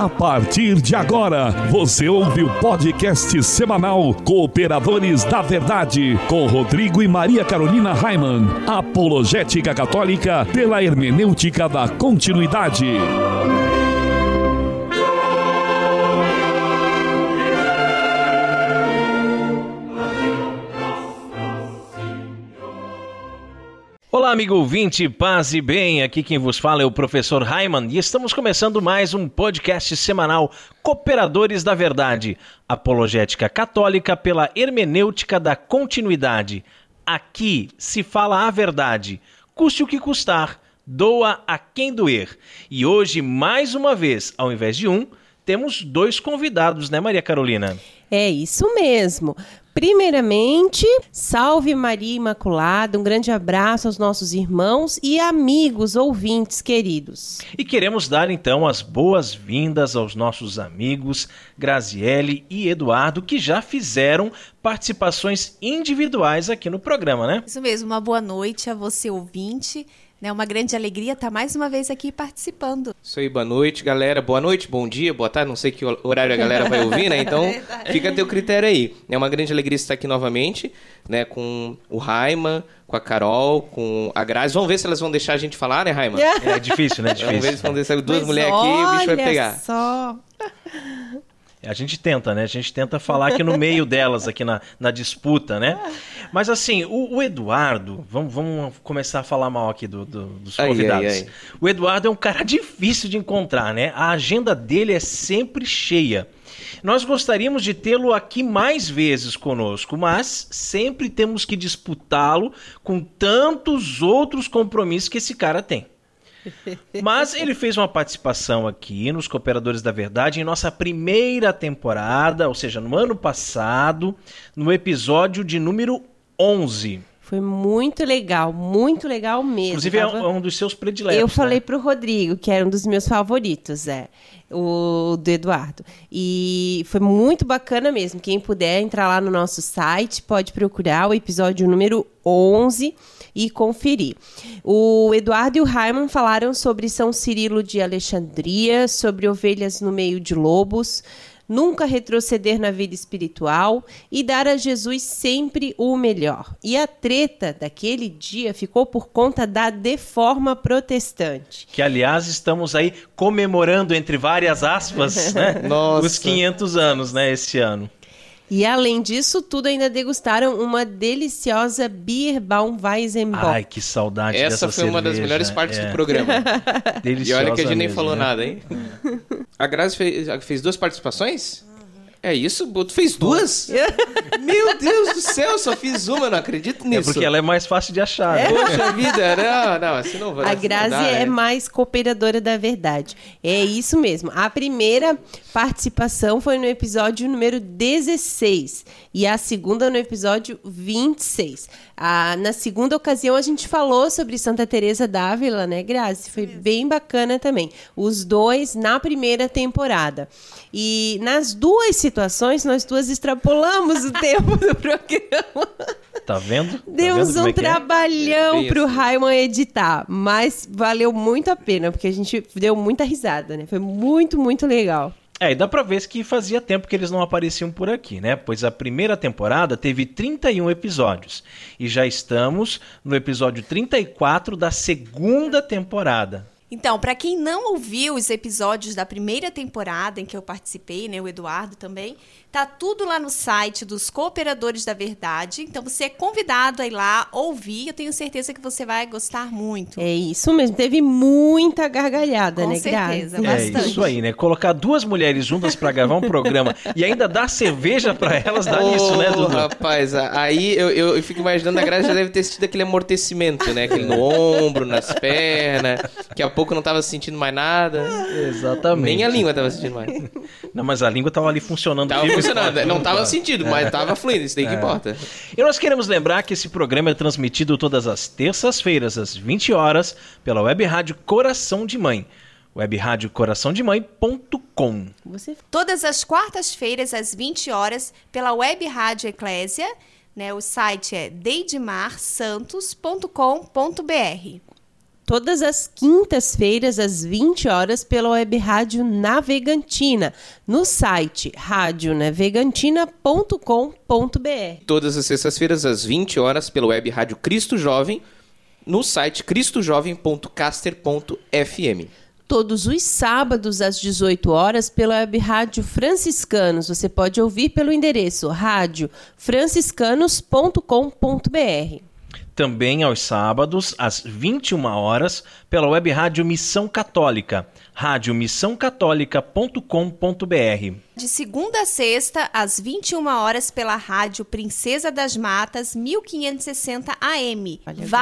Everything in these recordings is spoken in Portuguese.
A partir de agora, você ouve o podcast semanal Cooperadores da Verdade, com Rodrigo e Maria Carolina Raimann, apologética católica pela hermenêutica da continuidade. Olá, amigo ouvinte, paz e bem, aqui quem vos fala é o professor Raimann e estamos começando mais um podcast semanal Cooperadores da Verdade, apologética católica pela hermenêutica da continuidade. Aqui se fala a verdade, custe o que custar, doa a quem doer. E hoje, mais uma vez, ao invés de um, temos dois convidados, né, Maria Carolina? É isso mesmo. Primeiramente, salve Maria Imaculada, um grande abraço aos nossos irmãos e amigos ouvintes queridos. E queremos dar então as boas-vindas aos nossos amigos Graziele e Eduardo, que já fizeram participações individuais aqui no programa, né? Isso mesmo, uma boa noite a você ouvinte. É uma grande alegria estar mais uma vez aqui participando. Isso aí, boa noite, galera. Boa noite, bom dia, boa tarde. Não sei que horário a galera vai ouvir, né? Então, fica a teu critério aí. É uma grande alegria estar aqui novamente, né? Com o Raimann, com a Carol, com a Grazi. Vamos ver se elas vão deixar a gente falar, né, Raimann? É difícil, né? Vamos ver se vão deixar duas mulheres aqui e o bicho vai pegar. Só. A gente tenta, né? A gente tenta falar aqui no meio delas, aqui na disputa, né? Mas assim, o Eduardo, vamos começar a falar mal aqui dos convidados. Ai. O Eduardo é um cara difícil de encontrar, né? A agenda dele é sempre cheia. Nós gostaríamos de tê-lo aqui mais vezes conosco, mas sempre temos que disputá-lo com tantos outros compromissos que esse cara tem. Mas ele fez uma participação aqui nos Cooperadores da Verdade em nossa primeira temporada, ou seja, no ano passado, no episódio de número 11. Foi muito legal mesmo. Inclusive é um dos seus prediletos. Eu falei né? pro Rodrigo, que era um dos meus favoritos, o do Eduardo. E foi muito bacana mesmo. Quem puder entrar lá no nosso site, pode procurar o episódio número 11 e conferir. O Eduardo e o Raimann falaram sobre São Cirilo de Alexandria, sobre ovelhas no meio de lobos, nunca retroceder na vida espiritual e dar a Jesus sempre o melhor. E a treta daquele dia ficou por conta da Deforma Protestante. Que, aliás, estamos aí comemorando, entre várias aspas, né? Os 500 anos, né, esse ano. E além disso tudo, ainda degustaram uma deliciosa Bierbaum-Weizenbock. Ai, que saudade dessa cerveja. Essa foi uma das melhores partes do programa. Deliciosa. E olha que a gente nem mesmo, falou né? nada, hein? A Grazi fez duas participações? É isso? Tu fez duas? Meu Deus do céu, só fiz uma, eu não acredito nisso. É porque ela é mais fácil de achar. Né? Poxa vida, não, assim não vai. A Grazi é mais cooperadora da verdade. É isso mesmo. A primeira participação foi no episódio número 16 e a segunda no episódio 26. Na segunda ocasião a gente falou sobre Santa Teresa d'Ávila, né, Grazi? Foi bem bacana também. Os dois na primeira temporada. E nas duas situações, nós duas extrapolamos o tempo do programa. Tá vendo? Demos um trabalhão pro assim. Raimann editar, mas valeu muito a pena, porque a gente deu muita risada, né? Foi muito, muito legal. E dá pra ver que fazia tempo que eles não apareciam por aqui, né? Pois a primeira temporada teve 31 episódios. E já estamos no episódio 34 da segunda temporada. Então, para quem não ouviu os episódios da primeira temporada em que eu participei, né, o Eduardo também, tá tudo lá no site dos Cooperadores da Verdade. Então, você é convidado a ir lá ouvir. Eu tenho certeza que você vai gostar muito. É isso mesmo. Teve muita gargalhada, né, Grazi? Com certeza, É bastante. isso aí, né? Colocar duas mulheres juntas pra gravar um programa e ainda dar cerveja pra elas, dá nisso, né, Dudu? Rapaz, aí eu fico imaginando, a Grazi já deve ter sentido aquele amortecimento, né? Aquele no ombro, nas pernas. Daqui a pouco não tava sentindo mais nada. Exatamente. Nem a língua tava sentindo mais. Não, mas a língua tava ali funcionando. Tava funcionando. Não tava sentindo, mas tava fluindo. Isso daí que importa. E nós queremos lembrar que esse programa é transmitido todas as terças-feiras, às 20 horas, pela Web Rádio Coração de Mãe. webradiocoraçãodemãe.com. Todas as quartas-feiras, às 20 horas, pela Web Rádio Eclésia, né? O site é deidemarsantos.com.br. todas as quintas-feiras, às 20 horas, pela Web Rádio Navegantina, no site radionavegantina.com.br. Todas as sextas-feiras, às 20 horas, pela Web Rádio Cristo Jovem, no site cristojovem.caster.fm. Todos os sábados, às 18 horas, pela Web Rádio Franciscanos. Você pode ouvir pelo endereço radiofranciscanos.com.br. Também aos sábados, às 21 horas, pela Web Rádio Missão Católica, radiomissãocatólica.com.br. De segunda a sexta, às 21 horas, pela Rádio Princesa das Matas, 1560 AM.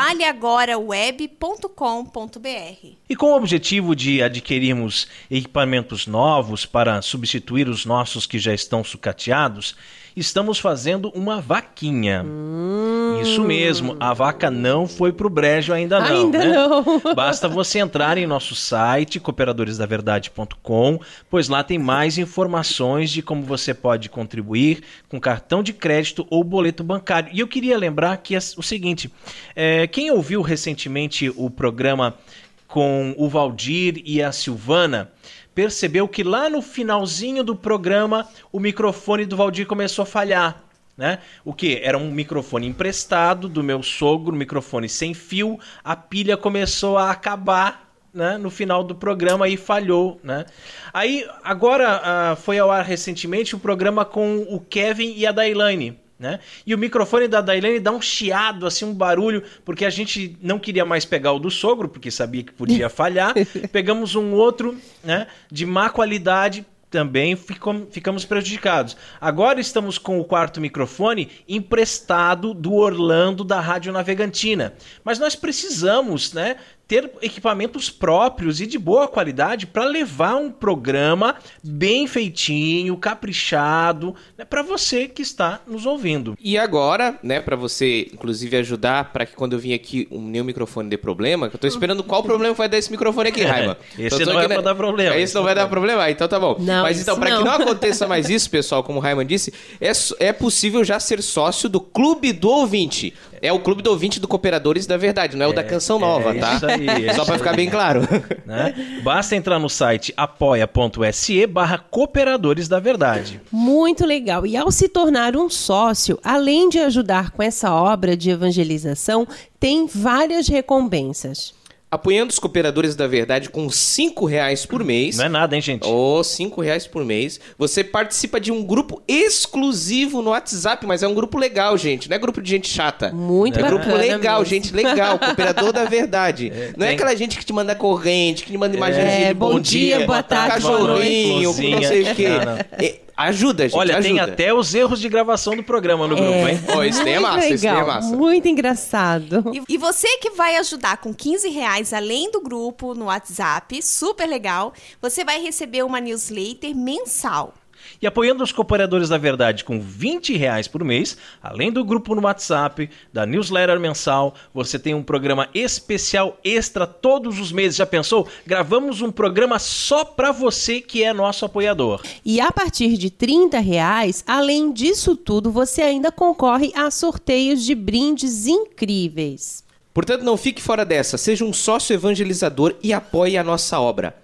valeagora.web.com.br. E com o objetivo de adquirirmos equipamentos novos para substituir os nossos que já estão sucateados, estamos fazendo uma vaquinha. Isso mesmo, a vaca não foi pro brejo ainda não. Ainda não. Basta você entrar em nosso site, cooperadoresdaverdade.com, pois lá tem mais informações de como você pode contribuir com cartão de crédito ou boleto bancário. E eu queria lembrar que é o seguinte, quem ouviu recentemente o programa com o Valdir e a Silvana, percebeu que lá no finalzinho do programa o microfone do Valdir começou a falhar, né? O que? Era um microfone emprestado do meu sogro, microfone sem fio, a pilha começou a acabar, né, no final do programa e falhou, né? Aí, agora foi ao ar recentemente um programa com o Kevin e a Dailane, né? E o microfone da Dailane dá um chiado, assim, um barulho, porque a gente não queria mais pegar o do sogro, porque sabia que podia falhar. Pegamos um outro, né, de má qualidade, também ficamos prejudicados. Agora estamos com o quarto microfone emprestado do Orlando da Rádio Navegantina. Mas nós precisamos, né, ter equipamentos próprios e de boa qualidade para levar um programa bem feitinho, caprichado, né, para você que está nos ouvindo. E agora, né, para você, inclusive, ajudar para que quando eu vim aqui o meu microfone dê problema, que eu tô esperando qual problema vai dar esse microfone aqui, Raima. Esse não vai dar problema. Esse não vai dar problema? Então tá bom. Não, mas então, para que não aconteça mais isso, pessoal, como o Raima disse, é possível já ser sócio do Clube do Ouvinte. É o Clube do Ouvinte do Cooperadores da Verdade, não é o da Canção Nova, tá? Isso aí, só para ficar bem claro. Né? Basta entrar no site apoia.se/Cooperadores da Verdade. Muito legal. E ao se tornar um sócio, além de ajudar com essa obra de evangelização, tem várias recompensas. Apoiando os Cooperadores da Verdade com R$5 por mês. Não é nada, hein, gente? R$5 por mês. Você participa de um grupo exclusivo no WhatsApp, mas é um grupo legal, gente. Não é grupo de gente chata. Muito bacana. É grupo legal, mesmo. gente legal. Cooperador da Verdade. Não é aquela gente que te manda corrente, que te manda imagem de bom dia, boa tarde, cachorrinho, boa noite, não sei o quê. Ajuda, gente. Olha, ajuda. tem até os erros de gravação do programa no grupo, hein? Isso daí é massa, legal, isso daí é massa. muito engraçado. E você que vai ajudar com R$15, além do grupo no WhatsApp, super legal, você vai receber uma newsletter mensal. E apoiando os Cooperadores da Verdade com R$20 por mês, além do grupo no WhatsApp, da newsletter mensal, você tem um programa especial extra todos os meses. Já pensou? Gravamos um programa só para você que é nosso apoiador. E a partir de R$30, além disso tudo, você ainda concorre a sorteios de brindes incríveis. Portanto, não fique fora dessa. Seja um sócio evangelizador e apoie a nossa obra.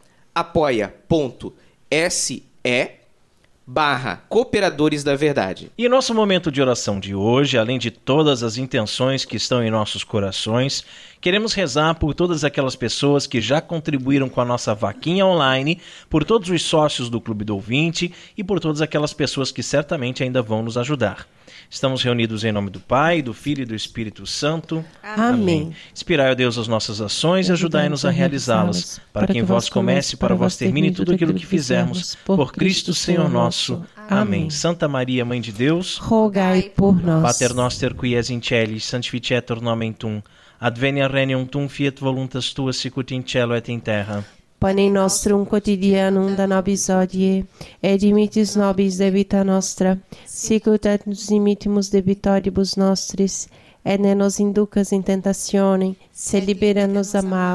apoia.se/Cooperadores da Verdade. E nosso momento de oração de hoje, além de todas as intenções que estão em nossos corações, queremos rezar por todas aquelas pessoas que já contribuíram com a nossa vaquinha online, por todos os sócios do Clube do Ouvinte e por todas aquelas pessoas que certamente ainda vão nos ajudar. Estamos reunidos em nome do Pai, do Filho e do Espírito Santo. Amém. Inspirai, ó Deus, as nossas ações e ajudai-nos a realizá-las, para que em vós comece e para vós termine tudo aquilo que fizermos. Por Cristo, Senhor nosso. Amém. Santa Maria, Mãe de Deus, rogai por nós. Pater noster qui es in celis, sanctificetur nomen tuum, advenia regnum tuum, fiat voluntas tua sicut in cielo et in terra. Panem nostrum quotidianum da nobis hodie, et dimittis nobis debita nostra, sicut et nos dimittimus debitoribus nostris, et ne nos inducas in tentationem, se libera-nos a malo.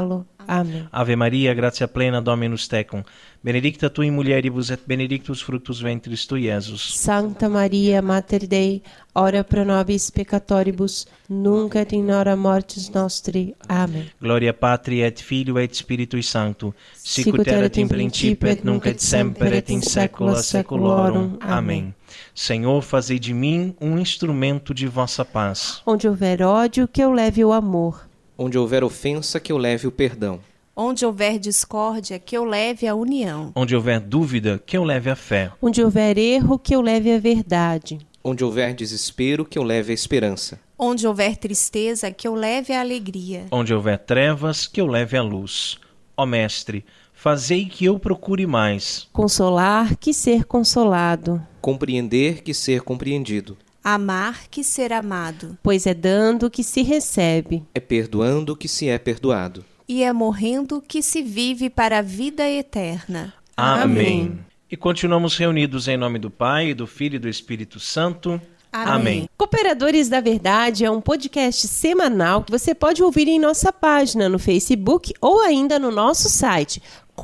Amém. Ave Maria, gratia plena, Dominus tecum. Benedicta tu in mulieribus et benedictus fructus ventris tui, Iesus. Santa Maria, Mater Dei, ora pro nobis peccatoribus, nunc et in hora mortis nostri. Amém. Gloria Patri et Filio et Spiritui Sancto, Sic ut erat in principio et nunc et semper et in saecula saeculorum. Amém. Senhor, fazei de mim um instrumento de vossa paz. Onde houver ódio, que eu leve o amor. Onde houver ofensa, que eu leve o perdão. Onde houver discórdia, que eu leve a união. Onde houver dúvida, que eu leve a fé. Onde houver erro, que eu leve a verdade. Onde houver desespero, que eu leve a esperança. Onde houver tristeza, que eu leve a alegria. Onde houver trevas, que eu leve a luz. Ó Mestre, fazei que eu procure mais. Consolar, que ser consolado. Compreender, que ser compreendido. Amar, que ser amado. Pois é dando que se recebe. É perdoando, que se é perdoado. E é morrendo que se vive para a vida eterna. Amém. E continuamos reunidos em nome do Pai, do Filho e do Espírito Santo. Amém. Cooperadores da Verdade é um podcast semanal que você pode ouvir em nossa página no Facebook ou ainda no nosso site,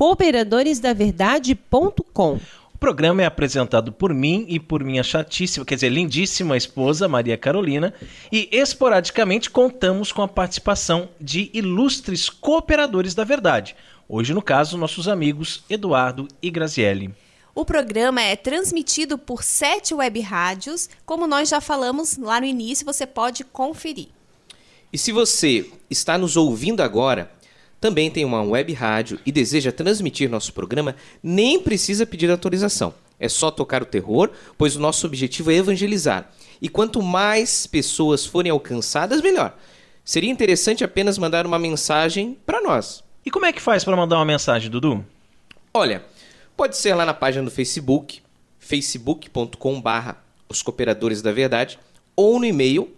cooperadoresdaverdade.com. O programa é apresentado por mim e por minha lindíssima esposa, Maria Carolina, e esporadicamente contamos com a participação de ilustres cooperadores da verdade. Hoje, no caso, nossos amigos Eduardo e Graziele. O programa é transmitido por 7 web rádios, como nós já falamos lá no início, você pode conferir. E se você está nos ouvindo agora, também tem uma web rádio e deseja transmitir nosso programa, nem precisa pedir autorização. É só tocar o terror, pois o nosso objetivo é evangelizar. E quanto mais pessoas forem alcançadas, melhor. Seria interessante apenas mandar uma mensagem para nós. E como é que faz para mandar uma mensagem, Dudu? Olha, pode ser lá na página do Facebook, facebook.com/Os Cooperadores da Verdade, ou no e-mail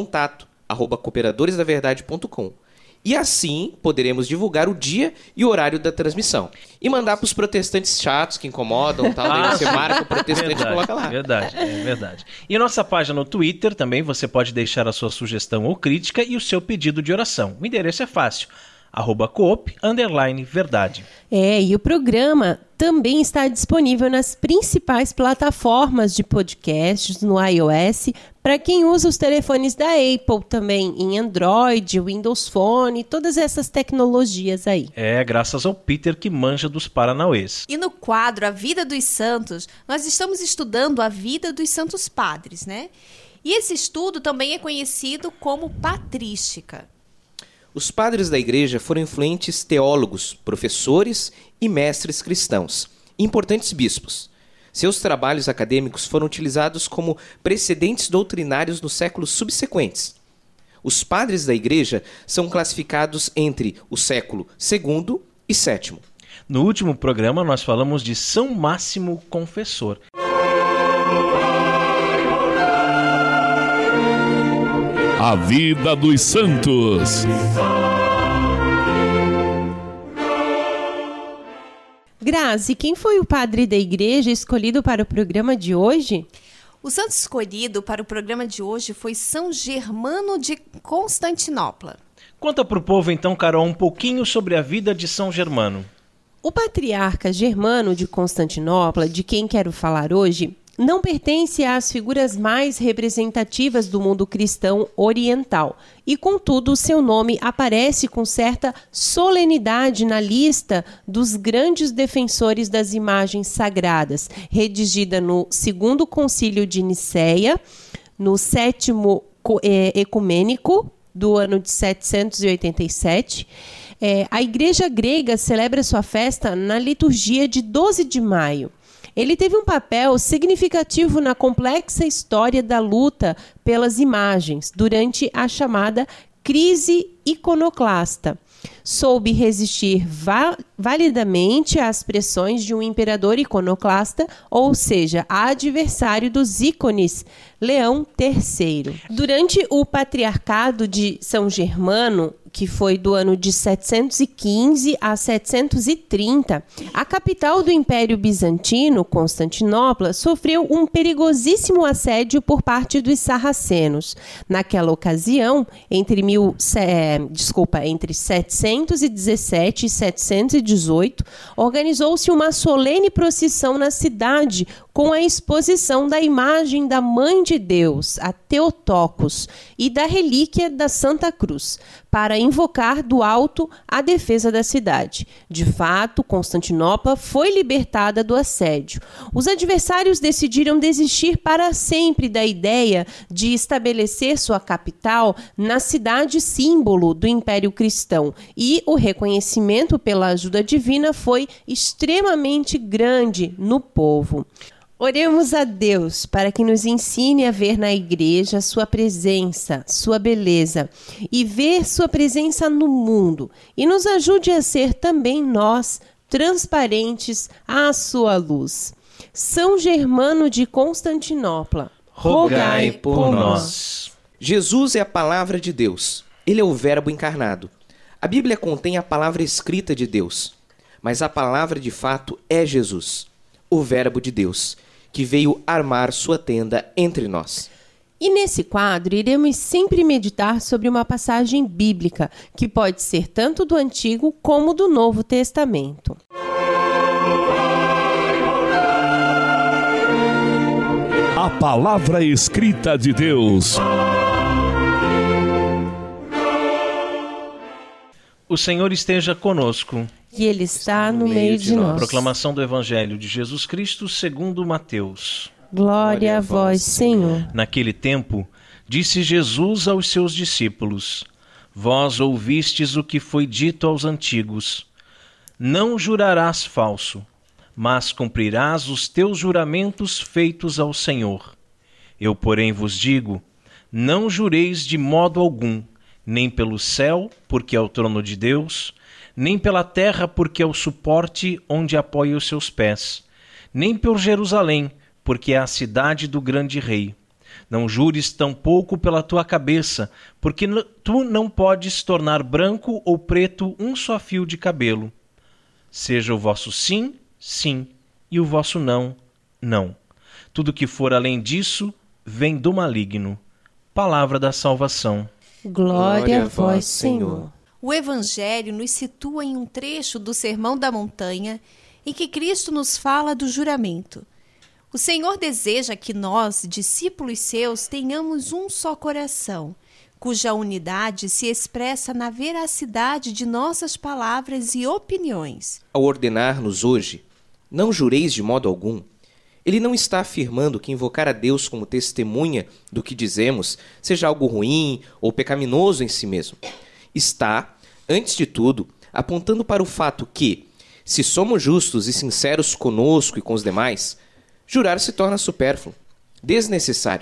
contato@cooperadoresdaverdade.com. E assim poderemos divulgar o dia e o horário da transmissão. E mandar para os protestantes chatos que incomodam, tal. Daí você marca o protestante e coloca lá. Verdade. E nossa página no Twitter também você pode deixar a sua sugestão ou crítica e o seu pedido de oração. O endereço é fácil. @coop_verdade. E o programa também está disponível nas principais plataformas de podcasts no iOS, para quem usa os telefones da Apple, também em Android, Windows Phone, todas essas tecnologias aí. Graças ao Peter que manja dos paranauês. E no quadro A Vida dos Santos, nós estamos estudando a vida dos santos padres, né? E esse estudo também é conhecido como patrística. Os padres da igreja foram influentes teólogos, professores e mestres cristãos, importantes bispos. Seus trabalhos acadêmicos foram utilizados como precedentes doutrinários nos séculos subsequentes. Os padres da igreja são classificados entre o século II e VII. No último programa nós falamos de São Máximo Confessor. A vida dos santos. Grazi, quem foi o padre da igreja escolhido para o programa de hoje? O santo escolhido para o programa de hoje foi São Germano de Constantinopla. Conta para o povo então, Carol, um pouquinho sobre a vida de São Germano. O patriarca Germano de Constantinopla, de quem quero falar hoje, não pertence às figuras mais representativas do mundo cristão oriental e, contudo, seu nome aparece com certa solenidade na lista dos grandes defensores das imagens sagradas, redigida no Segundo Concílio de Nicéia, no Sétimo Ecumênico, do ano de 787. A Igreja grega celebra sua festa na liturgia de 12 de maio. Ele teve um papel significativo na complexa história da luta pelas imagens durante a chamada crise iconoclasta. Soube resistir validamente às pressões de um imperador iconoclasta, ou seja, adversário dos ícones Leão III. Durante o patriarcado de São Germano, que foi do ano de 715 a 730, a capital do Império Bizantino, Constantinopla, sofreu um perigosíssimo assédio por parte dos sarracenos. Naquela ocasião, entre 717 e 718, organizou-se uma solene procissão na cidade com a exposição da imagem da Mãe de Deus, a Theotokos, e da relíquia da Santa Cruz, para invocar do alto a defesa da cidade. De fato, Constantinopla foi libertada do assédio. Os adversários decidiram desistir para sempre da ideia de estabelecer sua capital na cidade símbolo do Império Cristão, e o reconhecimento pela ajuda divina foi extremamente grande no povo. Oremos a Deus para que nos ensine a ver na igreja sua presença, sua beleza, e ver sua presença no mundo, e nos ajude a ser também nós transparentes à sua luz. São Germano de Constantinopla, rogai por nós. Jesus é a palavra de Deus. Ele é o Verbo encarnado. A Bíblia contém a palavra escrita de Deus, mas a palavra de fato é Jesus, o Verbo de Deus, que veio armar sua tenda entre nós. E nesse quadro, iremos sempre meditar sobre uma passagem bíblica, que pode ser tanto do Antigo como do Novo Testamento. A palavra escrita de Deus. O Senhor esteja conosco. E Ele está no meio de nós. Proclamação do Evangelho de Jesus Cristo segundo Mateus. Glória a vós, Senhor. Naquele tempo, disse Jesus aos seus discípulos: Vós ouvistes o que foi dito aos antigos: Não jurarás falso, mas cumprirás os teus juramentos feitos ao Senhor. Eu, porém, vos digo: não jureis de modo algum, nem pelo céu, porque é o trono de Deus, nem pela terra, porque é o suporte onde apoia os seus pés, nem por Jerusalém, porque é a cidade do grande rei. Não jures tampouco pela tua cabeça, porque tu não podes tornar branco ou preto um só fio de cabelo. Seja o vosso sim, sim, e o vosso não, não. Tudo que for além disso vem do maligno. Palavra da salvação. Glória a vós, Senhor. O Evangelho nos situa em um trecho do Sermão da Montanha em que Cristo nos fala do juramento. O Senhor deseja que nós, discípulos seus, tenhamos um só coração, cuja unidade se expressa na veracidade de nossas palavras e opiniões. Ao ordenar-nos hoje, não jureis de modo algum, ele não está afirmando que invocar a Deus como testemunha do que dizemos seja algo ruim ou pecaminoso em si mesmo. Está, antes de tudo, apontando para o fato que, se somos justos e sinceros conosco e com os demais, jurar se torna supérfluo, desnecessário.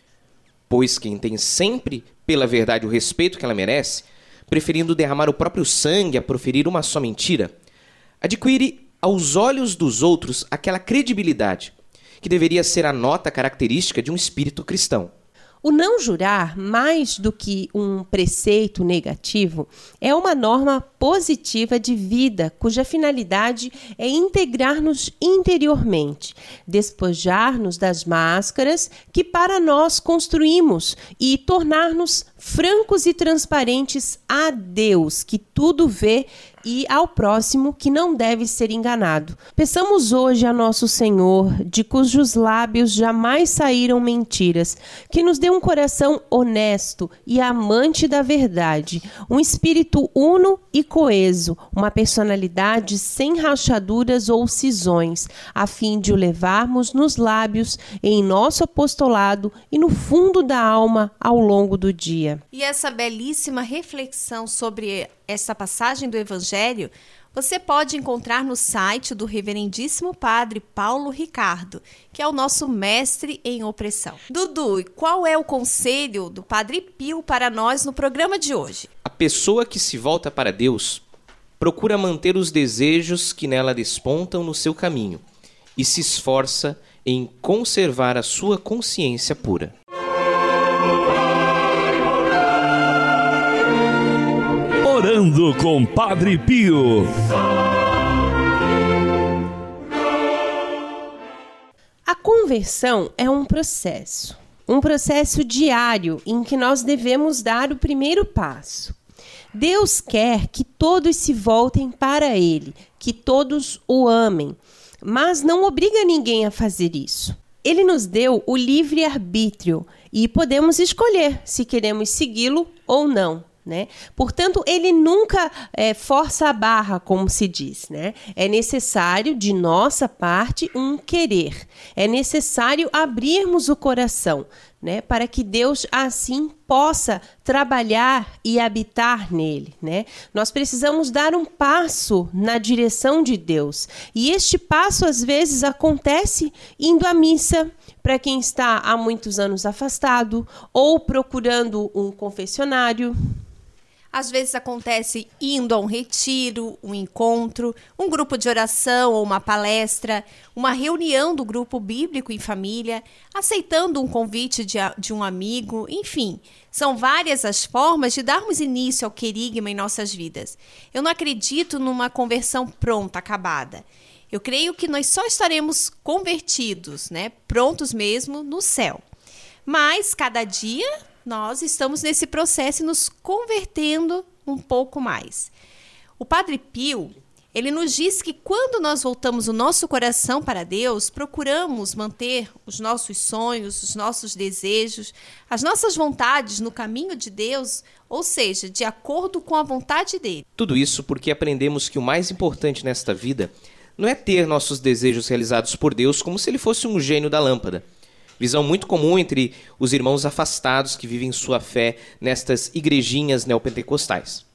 Pois quem tem sempre pela verdade o respeito que ela merece, preferindo derramar o próprio sangue a proferir uma só mentira, adquire aos olhos dos outros aquela credibilidade que deveria ser a nota característica de um espírito cristão. O não jurar, mais do que um preceito negativo, é uma norma positiva de vida, cuja finalidade é integrar-nos interiormente, despojar-nos das máscaras que para nós construímos e tornar-nos francos e transparentes a Deus, que tudo vê, e ao próximo, que não deve ser enganado. Peçamos hoje a nosso Senhor, de cujos lábios jamais saíram mentiras, que nos dê um coração honesto e amante da verdade, um espírito uno e coeso, uma personalidade sem rachaduras ou cisões, a fim de o levarmos nos lábios, em nosso apostolado e no fundo da alma ao longo do dia. E essa belíssima reflexão sobre essa passagem do Evangelho você pode encontrar no site do Reverendíssimo Padre Paulo Ricardo, que é o nosso mestre em opressão. Dudu, qual é o conselho do Padre Pio para nós no programa de hoje? A pessoa que se volta para Deus procura manter os desejos que nela despontam no seu caminho e se esforça em conservar a sua consciência pura. Orando com Padre Pio. A conversão é um processo diário em que nós devemos dar o primeiro passo. Deus quer que todos se voltem para Ele, que todos o amem, mas não obriga ninguém a fazer isso. Ele nos deu o livre-arbítrio e podemos escolher se queremos segui-lo ou não, né? Portanto, ele nunca força a barra, como se diz, né? É necessário, de nossa parte, um querer. É necessário abrirmos o coração, né? Para que Deus, assim, possa trabalhar e habitar nele, né? Nós precisamos dar um passo na direção de Deus. E este passo, às vezes, acontece indo à missa, para quem está há muitos anos afastado, ou procurando um confessionário. Às vezes acontece indo a um retiro, um encontro, um grupo de oração ou uma palestra, uma reunião do grupo bíblico em família, aceitando um convite de um amigo, enfim. São várias as formas de darmos início ao querigma em nossas vidas. Eu não acredito numa conversão pronta, acabada. Eu creio que nós só estaremos convertidos, né, prontos mesmo no céu. Mas, cada dia, nós estamos nesse processo e nos convertendo um pouco mais. O Padre Pio, ele nos diz que quando nós voltamos o nosso coração para Deus, procuramos manter os nossos sonhos, os nossos desejos, as nossas vontades no caminho de Deus, ou seja, de acordo com a vontade dele. Tudo isso porque aprendemos que o mais importante nesta vida não é ter nossos desejos realizados por Deus como se ele fosse um gênio da lâmpada. Visão muito comum entre os irmãos afastados que vivem sua fé nestas igrejinhas neopentecostais.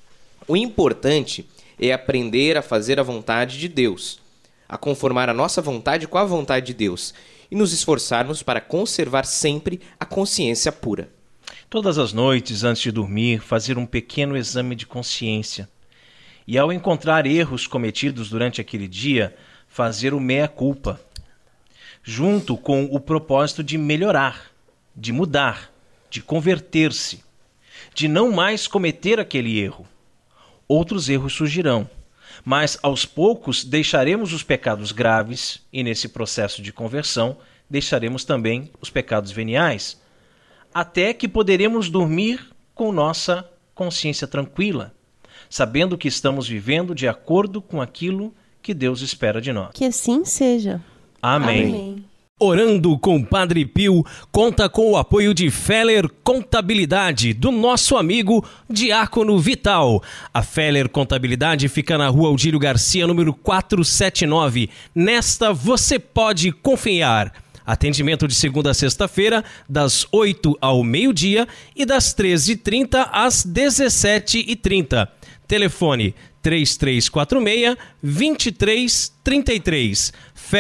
O importante é aprender a fazer a vontade de Deus, a conformar a nossa vontade com a vontade de Deus e nos esforçarmos para conservar sempre a consciência pura. Todas as noites, antes de dormir, fazer um pequeno exame de consciência. E ao encontrar erros cometidos durante aquele dia, fazer o meia-culpa, junto com o propósito de melhorar, de mudar, de converter-se, de não mais cometer aquele erro. Outros erros surgirão, mas aos poucos deixaremos os pecados graves e nesse processo de conversão deixaremos também os pecados veniais, até que poderemos dormir com nossa consciência tranquila, sabendo que estamos vivendo de acordo com aquilo que Deus espera de nós. Que assim seja. Amém. Amém. Orando com Padre Pio conta com o apoio de Feller Contabilidade, do nosso amigo Diácono Vital. A Feller Contabilidade fica na Rua Aldílio Garcia, número 479. Nesta você pode confiar. Atendimento de segunda a sexta-feira, das 8 ao meio-dia e das 13h30 às 17h30. Telefone 3346-2333.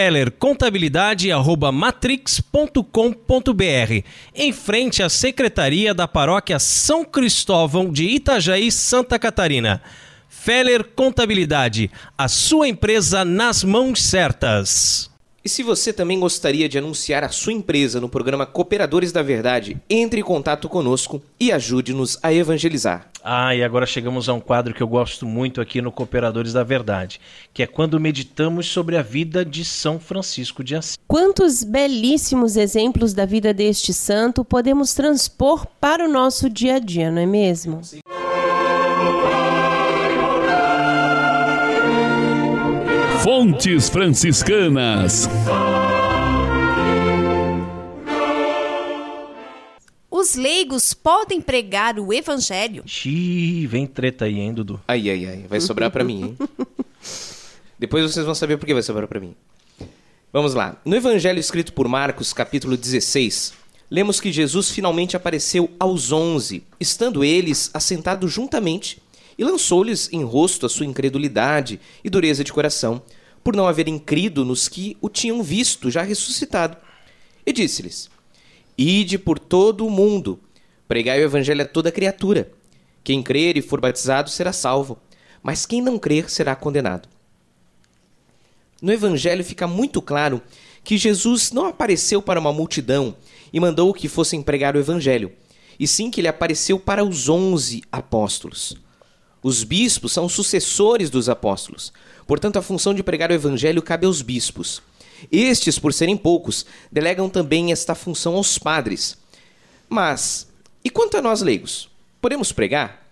fellercontabilidade@matrix.com.br, em frente à Secretaria da Paróquia São Cristóvão de Itajaí, Santa Catarina. Feller Contabilidade, a sua empresa nas mãos certas. E se você também gostaria de anunciar a sua empresa no programa Cooperadores da Verdade, entre em contato conosco e ajude-nos a evangelizar. E agora chegamos a um quadro que eu gosto muito aqui no Cooperadores da Verdade, que é quando meditamos sobre a vida de São Francisco de Assis. Quantos belíssimos exemplos da vida deste santo podemos transpor para o nosso dia a dia, não é mesmo? Sim. Fontes Franciscanas. Os leigos podem pregar o evangelho? Vem treta aí, hein, Dudu? Ai, vai sobrar pra mim, hein? Depois vocês vão saber por que vai sobrar pra mim. Vamos lá. No evangelho escrito por Marcos, capítulo 16, lemos que Jesus finalmente apareceu aos 11, estando eles assentados juntamente, e lançou-lhes em rosto a sua incredulidade e dureza de coração, por não haverem crido nos que o tinham visto já ressuscitado. E disse-lhes: Ide por todo o mundo, pregai o evangelho a toda criatura. Quem crer e for batizado será salvo, mas quem não crer será condenado. No evangelho fica muito claro que Jesus não apareceu para uma multidão e mandou que fossem pregar o evangelho, e sim que ele apareceu para os 11 apóstolos. Os bispos são sucessores dos apóstolos. Portanto, a função de pregar o evangelho cabe aos bispos. Estes, por serem poucos, delegam também esta função aos padres. Mas, e quanto a nós leigos? Podemos pregar?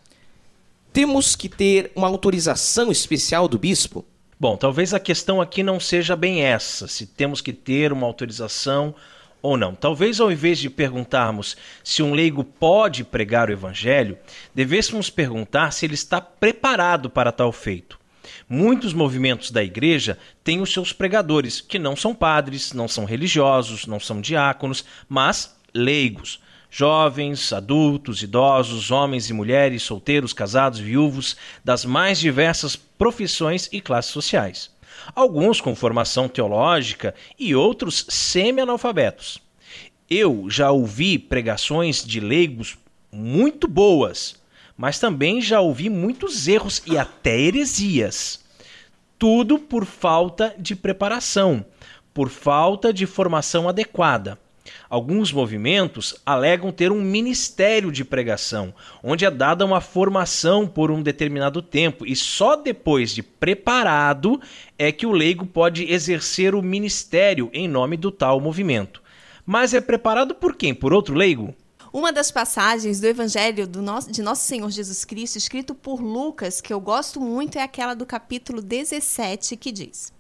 Temos que ter uma autorização especial do bispo? Bom, talvez a questão aqui não seja bem essa, se temos que ter uma autorização ou não. Talvez ao invés de perguntarmos se um leigo pode pregar o evangelho, devêssemos perguntar se ele está preparado para tal feito. Muitos movimentos da igreja têm os seus pregadores, que não são padres, não são religiosos, não são diáconos, mas leigos. Jovens, adultos, idosos, homens e mulheres, solteiros, casados, viúvos, das mais diversas profissões e classes sociais. Alguns com formação teológica e outros semi-analfabetos. Eu já ouvi pregações de leigos muito boas, mas também já ouvi muitos erros e até heresias. Tudo por falta de preparação, por falta de formação adequada. Alguns movimentos alegam ter um ministério de pregação, onde é dada uma formação por um determinado tempo e só depois de preparado é que o leigo pode exercer o ministério em nome do tal movimento. Mas é preparado por quem? Por outro leigo? Uma das passagens do Evangelho de Nosso Senhor Jesus Cristo, escrito por Lucas, que eu gosto muito, é aquela do capítulo 17, que diz: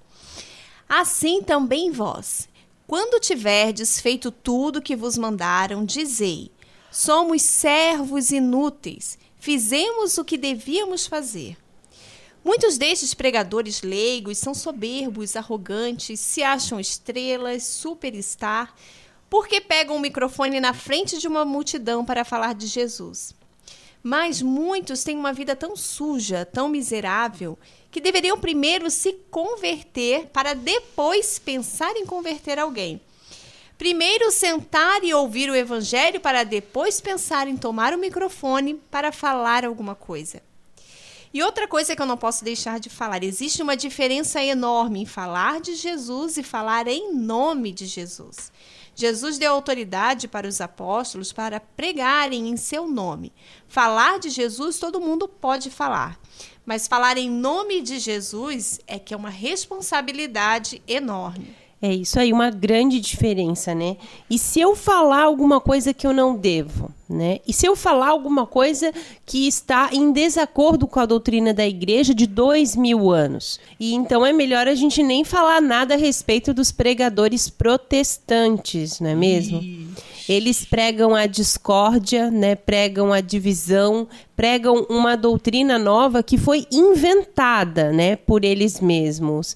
Assim também vós, quando tiverdes feito tudo que vos mandaram, dizei: somos servos inúteis, fizemos o que devíamos fazer. Muitos destes pregadores leigos são soberbos, arrogantes, se acham estrelas, superstar, porque pegam o microfone na frente de uma multidão para falar de Jesus. Mas muitos têm uma vida tão suja, tão miserável, que deveriam primeiro se converter para depois pensar em converter alguém. Primeiro sentar e ouvir o evangelho para depois pensar em tomar o microfone para falar alguma coisa. E outra coisa que eu não posso deixar de falar, existe uma diferença enorme em falar de Jesus e falar em nome de Jesus. Jesus deu autoridade para os apóstolos para pregarem em seu nome. Falar de Jesus todo mundo pode falar, mas falar em nome de Jesus é que é uma responsabilidade enorme. É isso aí, uma grande diferença, né? E se eu falar alguma coisa que eu não devo, né? E se eu falar alguma coisa que está em desacordo com a doutrina da igreja de 2000 anos? E então é melhor a gente nem falar nada a respeito dos pregadores protestantes, não é mesmo? Eles pregam a discórdia, né? Pregam a divisão, pregam uma doutrina nova que foi inventada, né, por eles mesmos.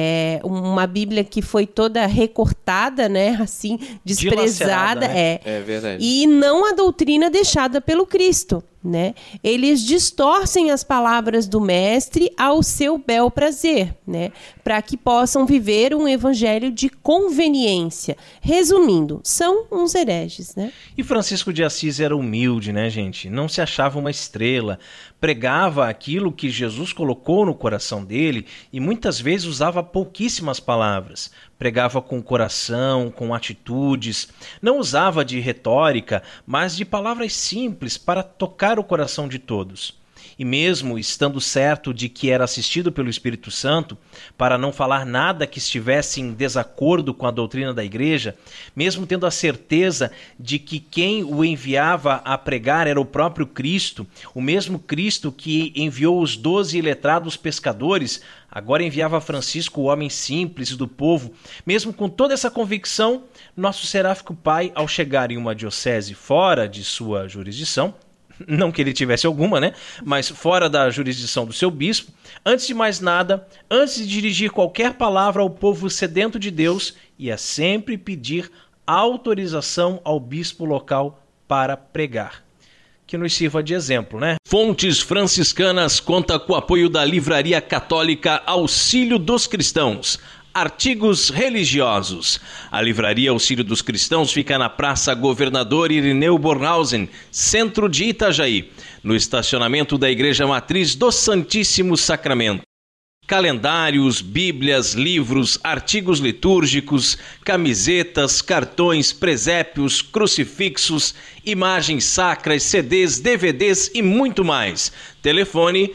Uma Bíblia que foi toda recortada, né, assim, desprezada. Né? É verdade. E não a doutrina deixada pelo Cristo. Né? Eles distorcem as palavras do mestre ao seu bel prazer, né? Para que possam viver um evangelho de conveniência. Resumindo, são uns hereges, né? E Francisco de Assis era humilde, né, gente? Não se achava uma estrela, pregava aquilo que Jesus colocou no coração dele e muitas vezes usava pouquíssimas palavras. Pregava com o coração, com atitudes, não usava de retórica, mas de palavras simples para tocar o coração de todos. E mesmo estando certo de que era assistido pelo Espírito Santo, para não falar nada que estivesse em desacordo com a doutrina da igreja, mesmo tendo a certeza de que quem o enviava a pregar era o próprio Cristo, o mesmo Cristo que enviou os 12 letrados pescadores, agora enviava Francisco, o homem simples do povo. Mesmo com toda essa convicção, nosso seráfico pai, ao chegar em uma diocese fora de sua jurisdição, não que ele tivesse alguma, né? Mas fora da jurisdição do seu bispo, antes de mais nada, antes de dirigir qualquer palavra ao povo sedento de Deus, ia sempre pedir autorização ao bispo local para pregar. Que nos sirva de exemplo, né? Fontes Franciscanas conta com o apoio da Livraria Católica Auxílio dos Cristãos. Artigos religiosos. A Livraria Auxílio dos Cristãos fica na Praça Governador Irineu Bornhausen, centro de Itajaí, no estacionamento da Igreja Matriz do Santíssimo Sacramento. calendários, bíblias, livros, artigos litúrgicos, camisetas, cartões, presépios, crucifixos, imagens sacras, CDs, DVDs e muito mais. Telefone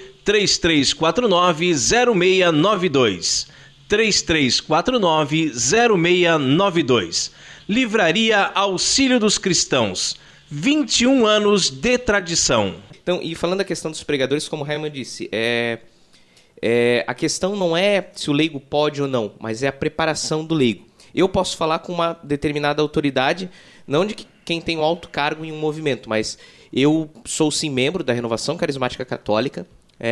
3349-0692. 3349-0692. Livraria Auxílio dos Cristãos. 21 anos de tradição. Então, e falando da questão dos pregadores, como o Raiman disse, a questão não é se o leigo pode ou não, mas é a preparação do leigo. Eu posso falar com uma determinada autoridade, não de quem tem um alto cargo em um movimento, mas eu sou sim membro da Renovação Carismática Católica,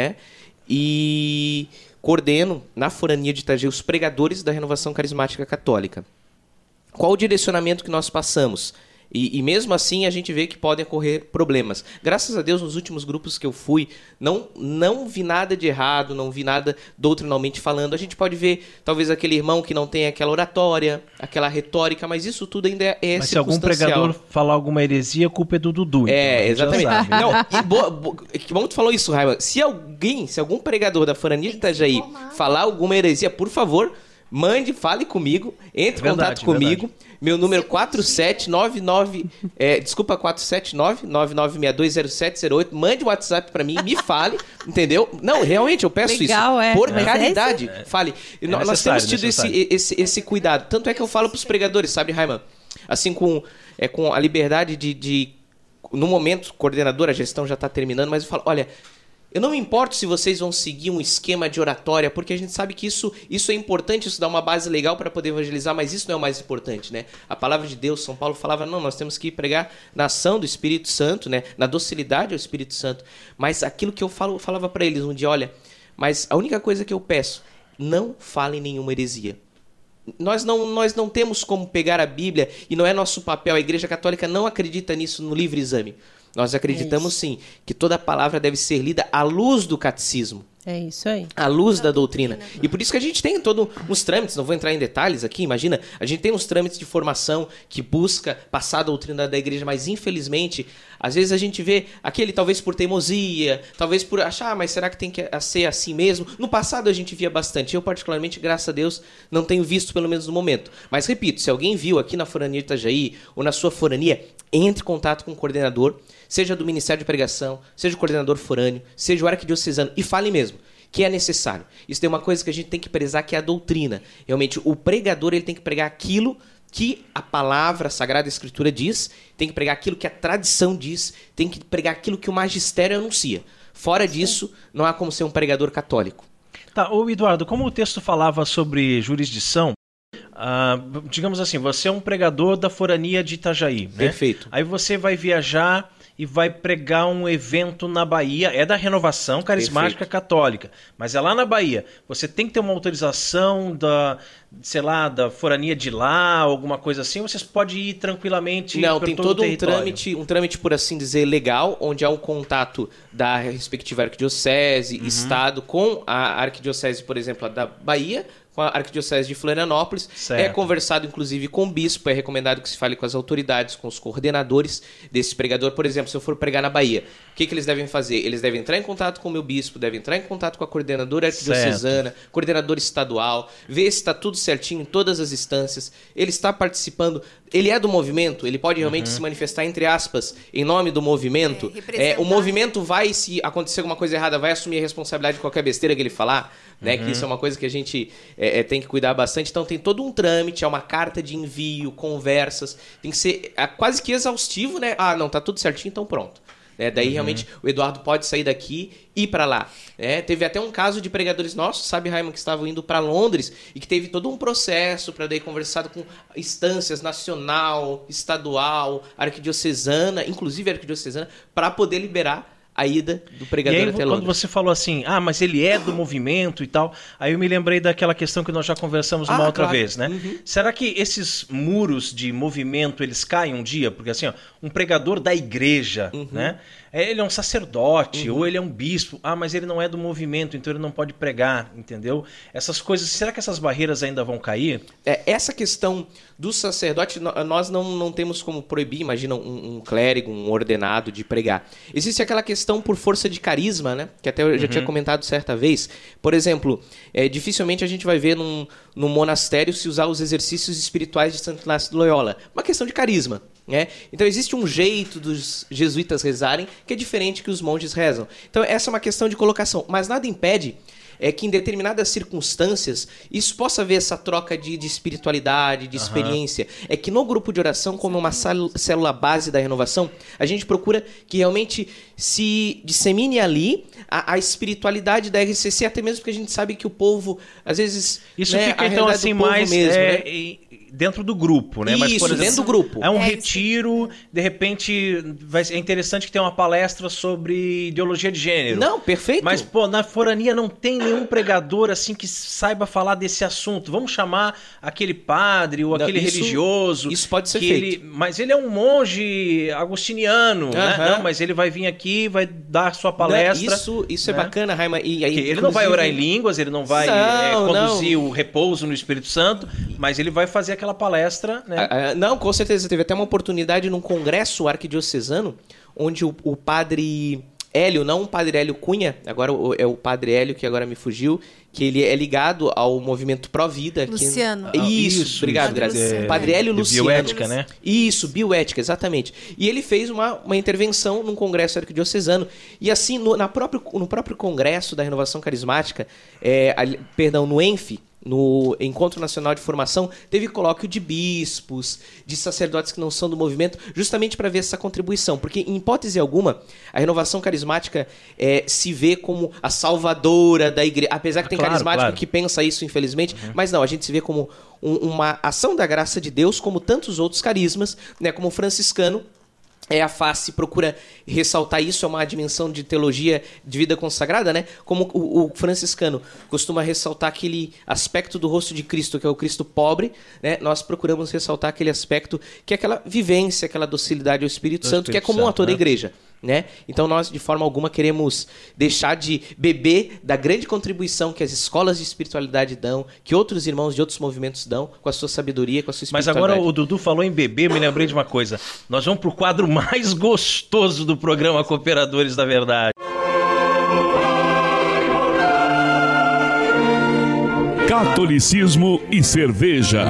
e coordeno na Forania de Itajaí os pregadores da Renovação Carismática Católica. Qual o direcionamento que nós passamos? E mesmo assim a gente vê que podem ocorrer problemas. Graças a Deus, nos últimos grupos que eu fui, não vi nada de errado, não vi nada doutrinalmente falando. A gente pode ver, talvez, aquele irmão que não tem aquela oratória, aquela retórica, mas isso tudo ainda é mas se algum pregador falar alguma heresia, a culpa é do Dudu. Exatamente. Não, que bom que tu falou isso, Raiman. Se algum pregador da Forania de Itajaí falar alguma heresia, por favor, mande, fale comigo, entre em contato comigo. Meu número 479-99620708. Mande um WhatsApp pra mim, me fale, entendeu? Não, realmente, eu peço legal, isso. Por caridade, fale. Nós temos tido esse cuidado. Tanto é que eu falo pros pregadores, sabe, Raiman? Assim, com a liberdade de no momento, coordenador, a gestão já tá terminando, mas eu falo, olha, eu não me importo se vocês vão seguir um esquema de oratória, porque a gente sabe que isso é importante, isso dá uma base legal para poder evangelizar, mas isso não é o mais importante, né? A palavra de Deus, São Paulo falava, não, nós temos que pregar na ação do Espírito Santo, né? Na docilidade ao Espírito Santo. Mas aquilo que eu falava para eles um dia, olha, mas a única coisa que eu peço, não falem nenhuma heresia. Nós não temos como pegar a Bíblia, e não é nosso papel, a Igreja Católica não acredita nisso no livre exame. Nós acreditamos sim que toda palavra deve ser lida à luz do catecismo. É isso aí. À luz da doutrina. E por isso que a gente tem todos uns trâmites, não vou entrar em detalhes aqui, imagina, a gente tem uns trâmites de formação que busca passar a doutrina da igreja, mas infelizmente, às vezes a gente vê aquele talvez por teimosia, talvez por achar, mas será que tem que ser assim mesmo? No passado a gente via bastante, eu particularmente, graças a Deus, não tenho visto pelo menos no momento. Mas repito, se alguém viu aqui na Forania de Itajaí ou na sua forania, entre em contato com o coordenador, seja do Ministério de Pregação, seja o coordenador forâneo, seja o arquidiocesano, e fale mesmo que é necessário. Isso tem uma coisa que a gente tem que prezar, que é a doutrina. Realmente, o pregador ele tem que pregar aquilo que a palavra, a Sagrada Escritura diz, tem que pregar aquilo que a tradição diz, tem que pregar aquilo que o magistério anuncia. Fora disso, não há como ser um pregador católico. Tá, ô Eduardo, como o texto falava sobre jurisdição, digamos assim, você é um pregador da Forania de Itajaí, né? Perfeito. Aí você vai viajar e vai pregar um evento na Bahia, é da Renovação Carismática Católica, mas é lá na Bahia. Você tem que ter uma autorização da Forania de lá, alguma coisa assim, ou você pode ir tranquilamente? Não, tem todo um trâmite, por assim dizer, legal, onde há um contato da respectiva arquidiocese, estado, com a arquidiocese, por exemplo, da Bahia, com a Arquidiocese de Florianópolis. Certo. É conversado, inclusive, com o bispo, é recomendado que se fale com as autoridades, com os coordenadores desse pregador. Por exemplo, se eu for pregar na Bahia, o que eles devem fazer? Eles devem entrar em contato com o meu bispo, devem entrar em contato com a coordenadora arquidiocesana, coordenador estadual, ver se está tudo certinho em todas as instâncias, ele está participando, ele é do movimento, ele pode realmente se manifestar, entre aspas, em nome do movimento. O movimento vai, se acontecer alguma coisa errada, vai assumir a responsabilidade de qualquer besteira que ele falar, né? Que isso é uma coisa que a gente tem que cuidar bastante. Então tem todo um trâmite, é uma carta de envio, conversas, tem que ser quase que exaustivo, né? Ah, não, tá tudo certinho, então pronto. Daí realmente o Eduardo pode sair daqui e ir para lá. Teve até um caso de pregadores nossos, sabe, Raiman, que estavam indo para Londres e que teve todo um processo para daí conversado com instâncias nacional, estadual, arquidiocesana, inclusive arquidiocesana, para poder liberar a ida do pregador até Londres. Quando você falou assim, mas ele é do movimento e tal, aí eu me lembrei daquela questão que nós já conversamos uma outra vez, né? Será que esses muros de movimento, eles caem um dia? Porque assim, um pregador da igreja, né? Ele é um sacerdote, ou ele é um bispo, mas ele não é do movimento, então ele não pode pregar, entendeu? Essas coisas, será que essas barreiras ainda vão cair? Essa questão do sacerdote, nós não temos como proibir, imagina um clérigo, um ordenado de pregar. Existe aquela questão questão por força de carisma, né? Que até eu já tinha comentado certa vez. Por exemplo, dificilmente a gente vai ver num monastério se usar os exercícios espirituais de Santo Inácio de Loyola. Uma questão de carisma. Então existe um jeito dos jesuítas rezarem que é diferente que os monges rezam. Então essa é uma questão de colocação, mas nada impede que em determinadas circunstâncias isso possa haver essa troca de espiritualidade, de experiência. É que no grupo de oração, como uma célula base da renovação, a gente procura que realmente se dissemine ali a espiritualidade da RCC, até mesmo porque a gente sabe que o povo, às vezes... Isso fica então assim mais... mesmo, né? Dentro do grupo, né? Isso, mas, por exemplo, dentro do grupo. É um retiro, de repente, é interessante que tenha uma palestra sobre ideologia de gênero. Não, perfeito. Mas, pô, na forania não tem nenhum pregador assim que saiba falar desse assunto. Vamos chamar aquele padre ou aquele religioso. Isso pode ser feito. Mas ele é um monge agostiniano, né? Não, mas ele vai vir aqui, vai dar sua palestra. Isso é bacana, Raima. E aí, ele não vai orar em línguas, ele não vai conduzir o repouso no Espírito Santo, mas ele vai fazer aquela palestra, né? Não, com certeza. Teve até uma oportunidade num congresso arquidiocesano, onde o padre Hélio, não o padre Hélio Cunha, agora é o padre Hélio, que agora me fugiu, que ele é ligado ao movimento Pró-Vida. Luciano. Isso, obrigado, Grazi. Padre Hélio Luciano. Bioética, né? Isso, bioética, exatamente. E ele fez uma intervenção num congresso arquidiocesano. E assim, no próprio congresso da Renovação Carismática, no ENF, no Encontro Nacional de Formação, teve colóquio de bispos, de sacerdotes que não são do movimento, justamente para ver essa contribuição. Porque, em hipótese alguma, a Renovação Carismática se vê como a salvadora da igreja. Apesar que tem carismático que pensa isso, infelizmente. Mas não, a gente se vê como uma ação da graça de Deus, como tantos outros carismas, né, como o franciscano. A face procura ressaltar isso, é uma dimensão de teologia de vida consagrada, né? Como o franciscano costuma ressaltar aquele aspecto do rosto de Cristo, que é o Cristo pobre, né? Nós procuramos ressaltar aquele aspecto que é aquela vivência, aquela docilidade ao Espírito Santo, que é comum a toda a igreja. Né? Então nós de forma alguma queremos deixar de beber da grande contribuição que as escolas de espiritualidade dão, que outros irmãos de outros movimentos dão, com a sua sabedoria, com a sua espiritualidade. Mas agora o Dudu falou em beber, me lembrei de uma coisa. Nós vamos pro quadro mais gostoso do programa Cooperadores da Verdade. Catolicismo e cerveja.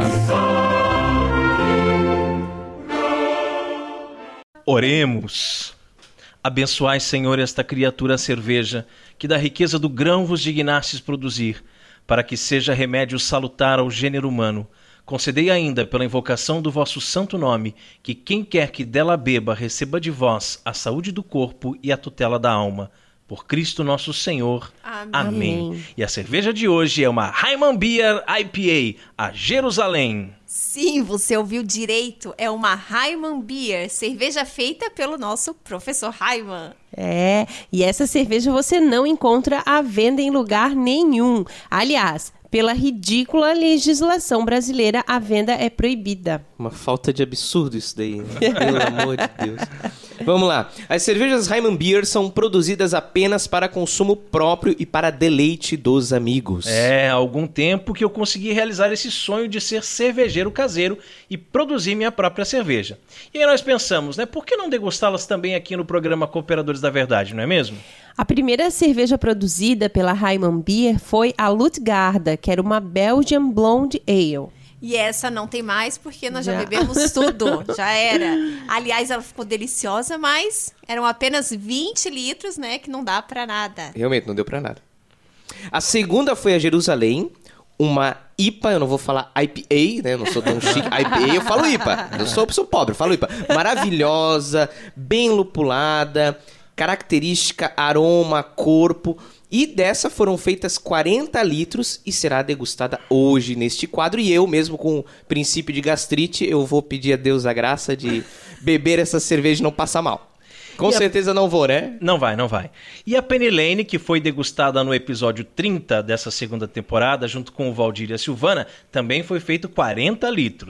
Oremos. Abençoai, Senhor, esta criatura a cerveja, que da riqueza do grão vos dignastes produzir, para que seja remédio salutar ao gênero humano. Concedei ainda, pela invocação do vosso santo nome, que quem quer que dela beba receba de vós a saúde do corpo e a tutela da alma. Por Cristo nosso Senhor. Amém. E a cerveja de hoje é uma Hyman Beer IPA, a Jerusalém. Sim, você ouviu direito. É uma Hyman Beer, cerveja feita pelo nosso professor Hyman. E essa cerveja você não encontra à venda em lugar nenhum. Aliás, pela ridícula legislação brasileira, a venda é proibida. Uma falta de absurdo isso daí, pelo amor de Deus. Vamos lá. As cervejas Hyman Beer são produzidas apenas para consumo próprio e para deleite dos amigos. Há algum tempo que eu consegui realizar esse sonho de ser cervejeiro caseiro e produzir minha própria cerveja. E aí nós pensamos, né? Por que não degustá-las também aqui no programa Cooperadores da Verdade, não é mesmo? A primeira cerveja produzida pela Hyman Beer foi a Lutgarda, que era uma Belgian Blonde Ale. E essa não tem mais porque nós já bebemos tudo, já era. Aliás, ela ficou deliciosa, mas eram apenas 20 litros, né, que não dá pra nada. Realmente, não deu pra nada. A segunda foi a Jerusalém, uma IPA, eu não vou falar IPA, né, eu não sou tão chique. IPA, eu falo IPA, eu sou pobre, eu falo IPA. Maravilhosa, bem lupulada, característica, aroma, corpo. E dessa foram feitas 40 litros e será degustada hoje neste quadro. E eu mesmo, com princípio de gastrite, eu vou pedir a Deus a graça de beber essa cerveja e não passar mal. Com certeza não vou, né? Não vai. E a Penny Lane, que foi degustada no episódio 30 dessa segunda temporada, junto com o Valdir e a Silvana, também foi feito 40 litros.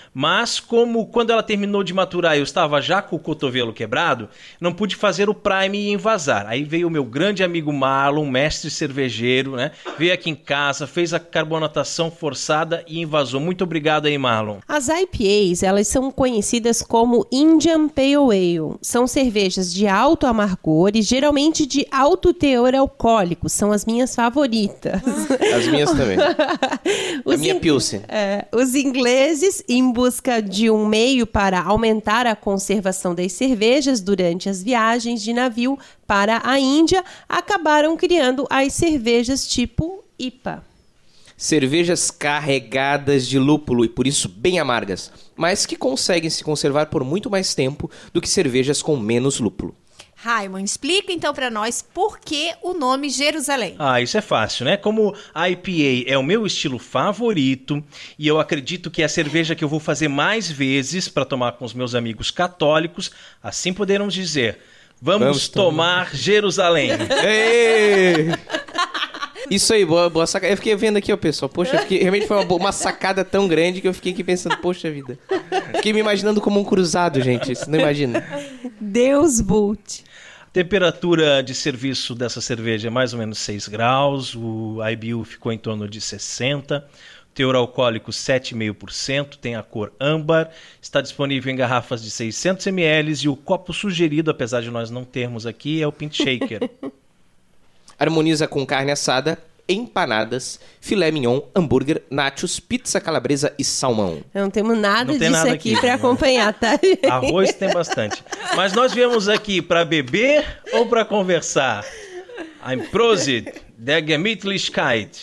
Mas como quando ela terminou de maturar eu estava já com o cotovelo quebrado, não pude fazer o prime e envasar. Aí veio o meu grande amigo Marlon, mestre cervejeiro, né? Veio aqui em casa, fez a carbonatação forçada e envasou. Muito obrigado aí, Marlon. As IPAs, elas são conhecidas como Indian Pale Ale. São cervejas de alto amargor e geralmente de alto teor alcoólico. São as minhas favoritas. As minhas também. A minha Pilsen. Os ingleses, em busca de um meio para aumentar a conservação das cervejas durante as viagens de navio para a Índia, acabaram criando as cervejas tipo IPA. Cervejas carregadas de lúpulo e por isso bem amargas, mas que conseguem se conservar por muito mais tempo do que cervejas com menos lúpulo. Raimon, explica então para nós por que o nome Jerusalém. Isso é fácil, né? Como a IPA é o meu estilo favorito e eu acredito que é a cerveja que eu vou fazer mais vezes para tomar com os meus amigos católicos, assim poderemos dizer, vamos tomar Jerusalém. Ei! Isso aí, boa sacada. Eu fiquei vendo aqui, ó, pessoal. Poxa, realmente foi uma sacada tão grande que eu fiquei aqui pensando, poxa vida. Fiquei me imaginando como um cruzado, gente. Você não imagina? Deus Vult. Temperatura de serviço dessa cerveja é mais ou menos 6 graus. O IBU ficou em torno de 60. Teor alcoólico 7,5%. Tem a cor âmbar. Está disponível em garrafas de 600 ml. E o copo sugerido, apesar de nós não termos aqui, é o Pint Shaker. Harmoniza com carne assada, empanadas, filé mignon, hambúrguer, nachos, pizza calabresa e salmão. Não temos nada disso nada aqui para acompanhar, tá? Arroz tem bastante. Mas nós viemos aqui para beber ou para conversar? Ein Prosit, der Gemütlichkeit.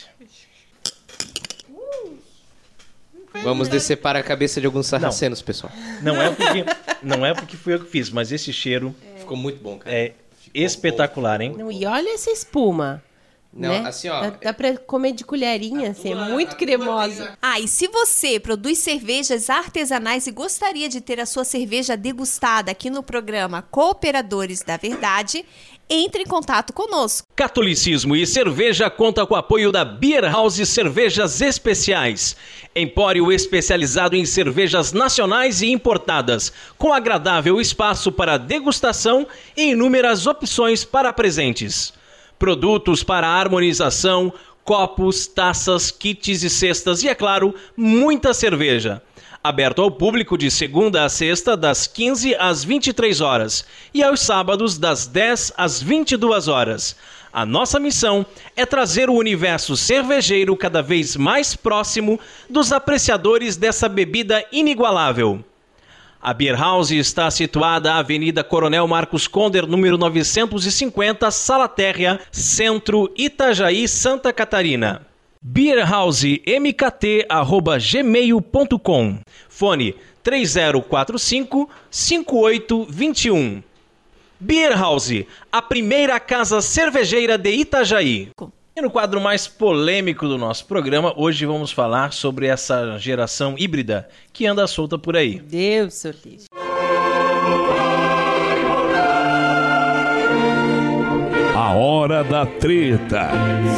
Vamos descer para a cabeça de alguns sarracenos, pessoal. Não é porque fui eu que fiz, mas esse cheiro Ficou muito bom, cara. é espetacular, hein? Não, e olha essa espuma. Não, né? assim, ó. Dá pra comer de colherinha, assim, é muito cremosa. E se você produz cervejas artesanais e gostaria de ter a sua cerveja degustada aqui no programa Cooperadores da Verdade, entre em contato conosco. Catolicismo e Cerveja conta com o apoio da Beer House Cervejas Especiais. Empório especializado em cervejas nacionais e importadas, com agradável espaço para degustação e inúmeras opções para presentes. Produtos para harmonização, copos, taças, kits e cestas e, é claro, muita cerveja. Aberto ao público de segunda a sexta, das 15 às 23 horas e aos sábados, das 10 às 22 horas. A nossa missão é trazer o universo cervejeiro cada vez mais próximo dos apreciadores dessa bebida inigualável. A Beer House está situada na Avenida Coronel Marcos Conder, número 950, Sala Térrea, Centro, Itajaí, Santa Catarina. beerhousemkt@gmail.com. Fone 3045-5821. Beer House, a primeira casa cervejeira de Itajaí. E no quadro mais polêmico do nosso programa, hoje vamos falar sobre essa geração híbrida que anda solta por aí. Deus, seu lixo. A hora da treta.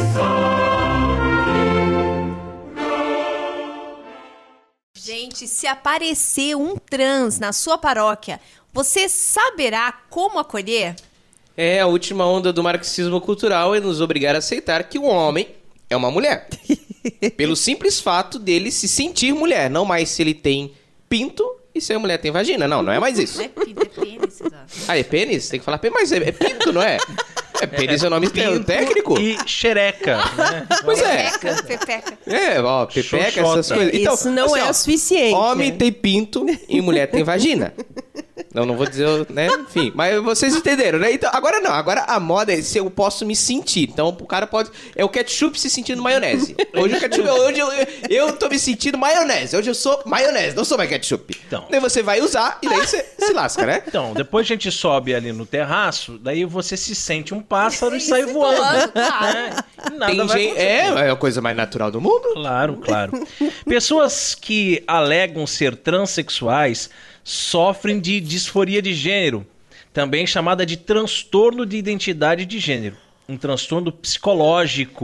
Gente, se aparecer um trans na sua paróquia, você saberá como acolher? A última onda do marxismo cultural é nos obrigar a aceitar que um homem é uma mulher. Pelo simples fato dele se sentir mulher, não mais se ele tem pinto e se a mulher tem vagina. Não é mais isso. Não é pinto, é pênis. É pênis? Tem que falar pênis, mas é pinto, não é? Pênis é o nome técnico. E xereca, né? Pois é. Pepeca. Pepeca, essas coisas. Então, isso não assim, é o suficiente. Homem tem pinto e mulher tem vagina. Não vou dizer, né? Enfim, mas vocês entenderam, né? Então, agora não. Agora a moda é se eu posso me sentir. Então, o cara pode... É o ketchup se sentindo maionese. Hoje eu tô me sentindo maionese. Hoje eu sou maionese, não sou mais ketchup. Então. Daí você vai usar e daí você se lasca, né? Então, depois a gente sobe ali no terraço, daí você se sente um pássaro e sai voando. Claro. Nada Tem vai gente... acontecer. É a coisa mais natural do mundo. Claro. Pessoas que alegam ser transexuais sofrem de disforia de gênero, também chamada de transtorno de identidade de gênero, um transtorno psicológico.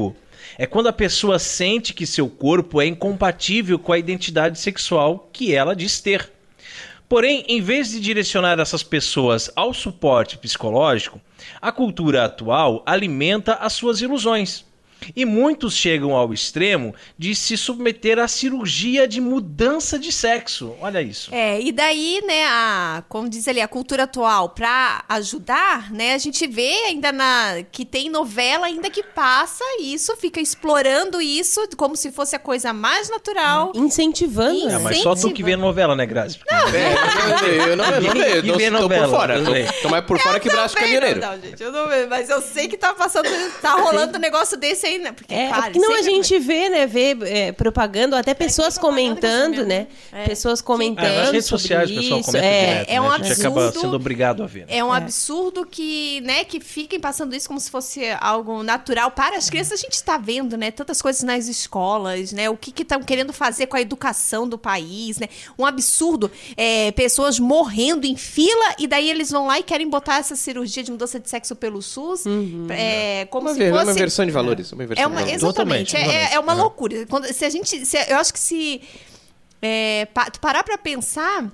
É quando a pessoa sente que seu corpo é incompatível com a identidade sexual que ela diz ter. Porém, em vez de direcionar essas pessoas ao suporte psicológico, a cultura atual alimenta as suas ilusões. E muitos chegam ao extremo de se submeter à cirurgia de mudança de sexo. Olha isso. E daí, né, como diz ali, a cultura atual, para ajudar, né, a gente vê ainda que tem novela ainda que passa isso, fica explorando isso como se fosse a coisa mais natural. Incentivando. Mas só tu que vê novela, né, Grazi? Eu não vejo, tô por fora. Tô mais por fora que braço caminhoneiro. Não, gente, eu não vejo, mas eu sei que tá passando, tá rolando um negócio desse aí, né? Porque, claro, porque não a gente vê, né, propaganda, até pessoas comentando, né? Pessoas comentando nas redes sociais o pessoal comenta direto, é um a gente absurdo, acaba sendo obrigado a ver. É um absurdo que, né, que fiquem passando isso como se fosse algo natural para as crianças. A gente está vendo, né, tantas coisas nas escolas, né, o que estão querendo fazer com a educação do país, né? Um absurdo, pessoas morrendo em fila e daí eles vão lá e querem botar essa cirurgia de mudança de sexo pelo SUS, como se fosse uma inversão de valores, exatamente, é uma loucura. Eu acho que se parar para pensar,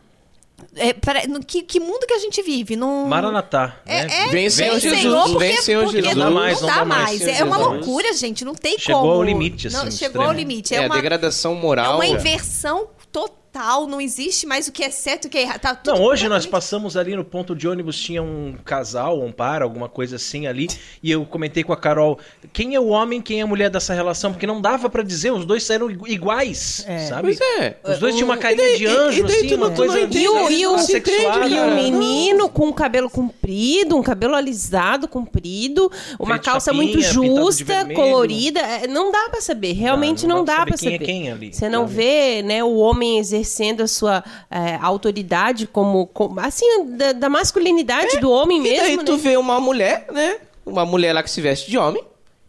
que mundo que a gente vive? Maranatá. Vem Senhor Jesus, vem Senhor Jesus. Não dá mais. É uma loucura, gente, não tem como. Chegou ao limite, assim. Chegou ao limite. A degradação moral. É uma inversão total, não existe mais o que é certo e o que é errado. Tá tudo hoje nós passamos ali no ponto de ônibus, tinha um casal, um par, alguma coisa assim ali, e eu comentei com a Carol, quem é o homem, quem é a mulher dessa relação, porque não dava pra dizer, os dois saíram iguais, sabe? Os dois tinham uma carinha de anjo, assim, uma coisa assexuada. E o menino com o cabelo comprido, um cabelo alisado, comprido, uma calça muito justa, colorida, não dá pra saber, realmente não dá pra saber. Quem é ali. Você não vê, né, o homem exercendo a sua autoridade como assim, da masculinidade do homem mesmo. E daí tu né? vê uma mulher, né? Uma mulher lá que se veste de homem.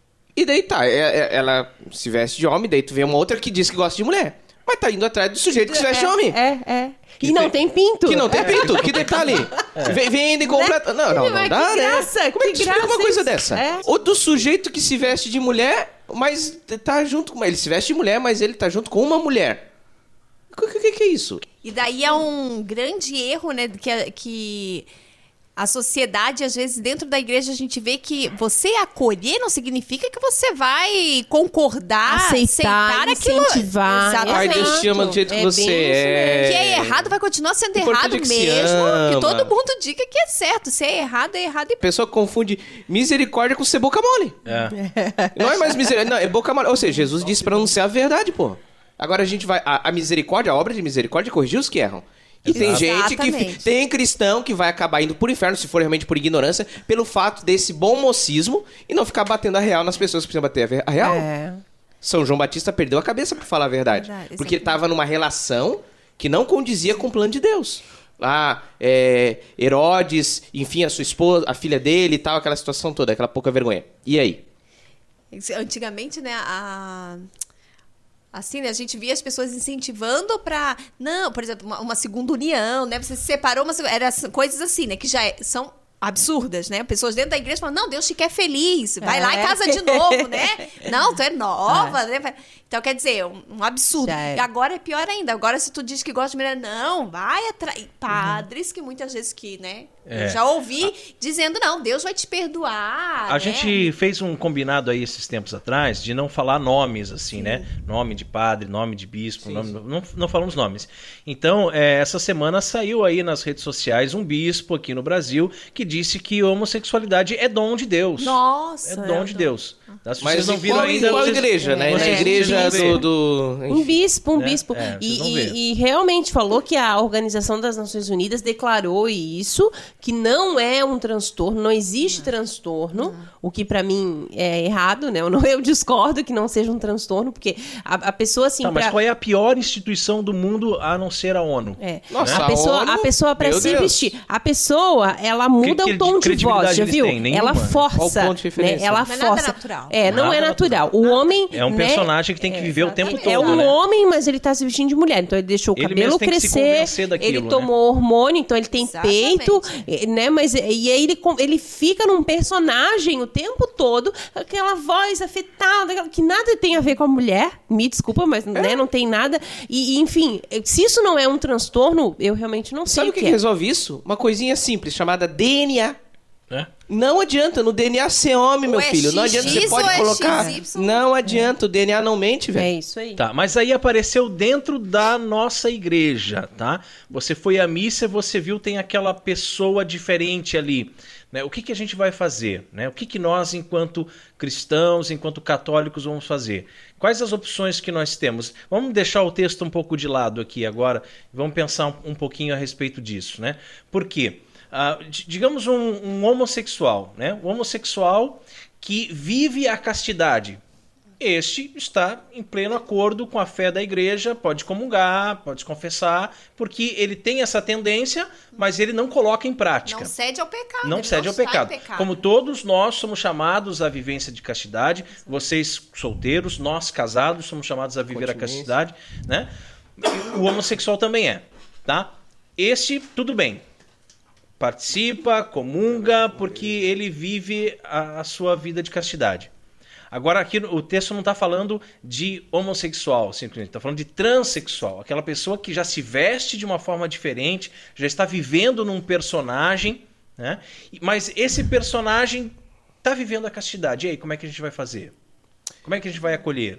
E daí ela se veste de homem, daí tu vê uma outra que diz que gosta de mulher. Mas tá indo atrás do sujeito que se veste de homem. Que não tem pinto. Que não tem pinto, que detalhe. Vem e completa. Não dá, graça, né? Como é que tu explica uma coisa dessa? Ou do sujeito que se veste de mulher, mas tá junto com... Ele se veste de mulher, mas ele tá junto com uma mulher. O que é isso? E daí é um grande erro, né, que a sociedade, às vezes, dentro da igreja, a gente vê que você acolher não significa que você vai concordar, aceitar aquilo. Incentivar. Exatamente. Deus te ama do jeito que você é. Que é errado, vai continuar sendo errado mesmo. Que todo mundo diga que é certo. Se é errado, é errado. A pessoa confunde misericórdia com ser boca mole. Não é mais misericórdia, não, é boca mole. Ou seja, Jesus disse pra anunciar a verdade, pô. Agora a gente vai... A misericórdia, a obra de misericórdia, corrigir os que erram. E tem gente que... Tem cristão que vai acabar indo por inferno, se for realmente por ignorância, pelo fato desse bom mocismo e não ficar batendo a real nas pessoas que precisam bater a real. São João Batista perdeu a cabeça por falar a verdade. Porque estava numa relação que não condizia com o plano de Deus. Herodes, enfim, a sua esposa, a filha dele e tal, aquela situação toda, aquela pouca vergonha. E aí? Antigamente, né, assim, né, a gente via as pessoas incentivando pra... Não, por exemplo, uma segunda união, né? Você se separou, mas eram coisas assim, né? Que já são absurdas, né? Pessoas dentro da igreja falam, não, Deus te quer feliz, vai lá e casa de novo, né? Não, tu é nova, né? Então, quer dizer, um absurdo. E agora é pior ainda. Agora, se tu diz que gosta de mulher, não, vai atrás. Padres que muitas vezes que, né? Eu já ouvi dizendo, não, Deus vai te perdoar. A gente fez um combinado aí esses tempos atrás de não falar nomes, assim, né? Nome de padre, nome de bispo, não falamos nomes. Então, essa semana saiu aí nas redes sociais um bispo aqui no Brasil que disse que a homossexualidade é dom de Deus. Nossa! É dom de Deus. Mas vocês não viram ainda... Qual igreja, né? Na igreja do... Um bispo. E realmente falou que a Organização das Nações Unidas declarou isso, que não é um transtorno, não existe transtorno, o que pra mim é errado, né? Eu discordo que não seja um transtorno, porque a pessoa assim... Mas qual é a pior instituição do mundo a não ser a ONU? Nossa, a pessoa pra se vestir, a pessoa, ela muda o tom de voz, já viu? Ela força, né? Ela força. natural. Não é natural. O homem... É um personagem que tem que viver o tempo todo, É um homem, mas ele tá se vestindo de mulher. Então ele deixou o cabelo crescer, ele tomou hormônio, então ele tem peito, né? Mas e aí ele fica num personagem o tempo todo, aquela voz afetada, que nada tem a ver com a mulher. Me desculpa, mas né, não tem nada. E enfim, se isso não é um transtorno, eu realmente não sei. Sabe o que resolve isso? Uma coisinha simples, chamada DNA. Não adianta no DNA ser homem, meu filho. Não adianta, você pode colocar. Não adianta, o DNA não mente, velho. É isso aí. Tá, mas aí apareceu dentro da nossa igreja, tá? Você foi à missa, você viu, tem aquela pessoa diferente ali. Né? O que a gente vai fazer? Né? O que nós, enquanto cristãos, enquanto católicos, vamos fazer? Quais as opções que nós temos? Vamos deixar o texto um pouco de lado aqui agora e vamos pensar um pouquinho a respeito disso, né? Por quê? Digamos um homossexual, né? Um homossexual que vive a castidade. Este está em pleno acordo com a fé da igreja, pode comungar, pode se confessar, porque ele tem essa tendência, mas ele não coloca em prática. Não cede ao pecado. Não cede ao pecado. Como todos nós somos chamados à vivência de castidade, vocês solteiros, nós casados somos chamados a viver a castidade, né? O homossexual também é, tá? Este, tudo bem. Participa, comunga, porque ele vive a sua vida de castidade. Agora aqui o texto não está falando de homossexual, simplesmente está falando de transexual. Aquela pessoa que já se veste de uma forma diferente, já está vivendo num personagem, né? Mas esse personagem está vivendo a castidade. E aí, como é que a gente vai fazer? Como é que a gente vai acolher?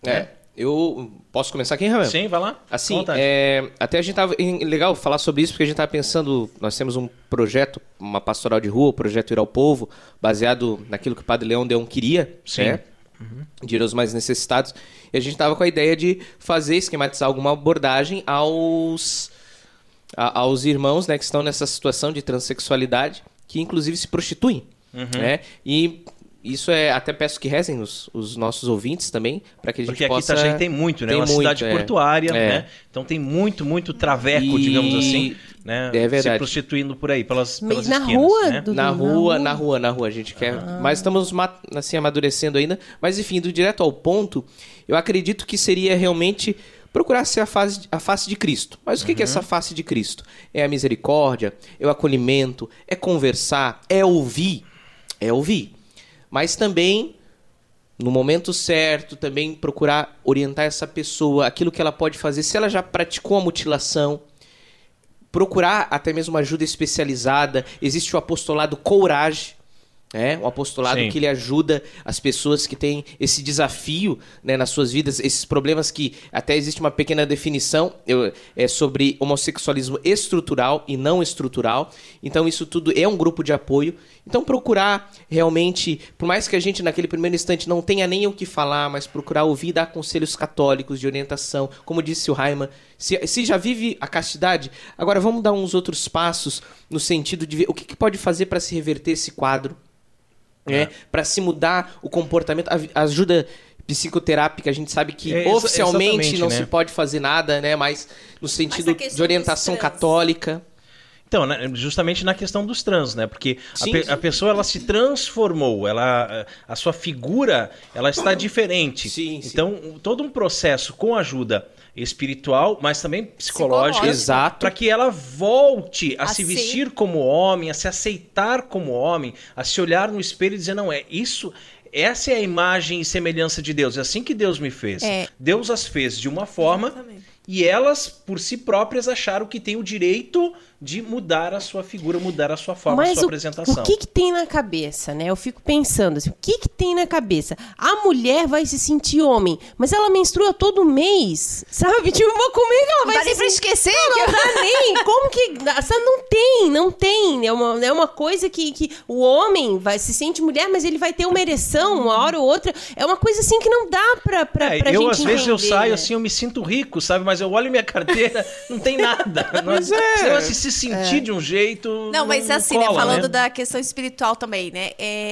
Eu posso começar aqui, Ramel? Sim, vai lá. Assim, até a gente tava... Legal falar sobre isso, porque a gente estava pensando... Nós temos um projeto, uma pastoral de rua, o projeto Ir ao Povo, baseado naquilo que o Padre Leão Deon queria, né? De ir aos mais necessitados. E a gente estava com a ideia de fazer, esquematizar alguma abordagem aos irmãos, né, que estão nessa situação de transexualidade, que inclusive se prostituem, né? E... Isso até peço que rezem os nossos ouvintes também, para que a gente possa... Porque aqui Itajaí tem muito, né? Uma cidade portuária, né? Então tem muito traveco, digamos assim, né? É verdade. Se prostituindo por aí, pelas esquinas. Rua, né? Na rua, a gente quer... Mas estamos assim, amadurecendo ainda. Mas enfim, do direto ao ponto, eu acredito que seria realmente... procurar ser a face de Cristo. Mas o que é essa face de Cristo? É a misericórdia, é o acolhimento, é conversar, é ouvir. Mas também, no momento certo, também procurar orientar essa pessoa, aquilo que ela pode fazer, se ela já praticou a mutilação, procurar até mesmo ajuda especializada. Existe o apostolado Courage, né? Um apostolado que ele ajuda as pessoas que têm esse desafio, né, nas suas vidas, esses problemas que até existe uma pequena definição sobre homossexualismo estrutural e não estrutural. Então isso tudo é um grupo de apoio. Então procurar realmente, por mais que a gente naquele primeiro instante não tenha nem o que falar, mas procurar ouvir e dar conselhos católicos de orientação, como disse o Raiman, se já vive a castidade, agora vamos dar uns outros passos no sentido de ver o que pode fazer para se reverter esse quadro. Para se mudar o comportamento, a ajuda psicoterápica, a gente sabe que oficialmente não se pode fazer nada, né? Mas no sentido de orientação católica. Então, né, justamente na questão dos trans, né? Porque a pessoa ela se transformou, a sua figura ela está diferente. Então, todo um processo com ajuda espiritual, mas também psicológica, para que ela volte a se vestir como homem, a se aceitar como homem, a se olhar no espelho e dizer, não, essa é a imagem e semelhança de Deus, é assim que Deus me fez. Deus as fez de uma forma e elas, por si próprias, acharam que têm o direito de mudar a sua figura, mudar a sua forma, a sua apresentação. O que tem na cabeça, né? Eu fico pensando assim, o que tem na cabeça? A mulher vai se sentir homem, mas ela menstrua todo mês, sabe? Tipo, como é que ela vai se esquecer? Não dá nem. Como que... Não tem. É uma coisa que o homem se sente mulher, mas ele vai ter uma ereção uma hora ou outra. É uma coisa assim que não dá pra gente entender. Às vezes eu saio assim, eu me sinto rico, sabe? Mas eu olho minha carteira, não tem nada. Mas se sentir de um jeito. Não, mas assim, cola, né? Falando da questão espiritual também, né?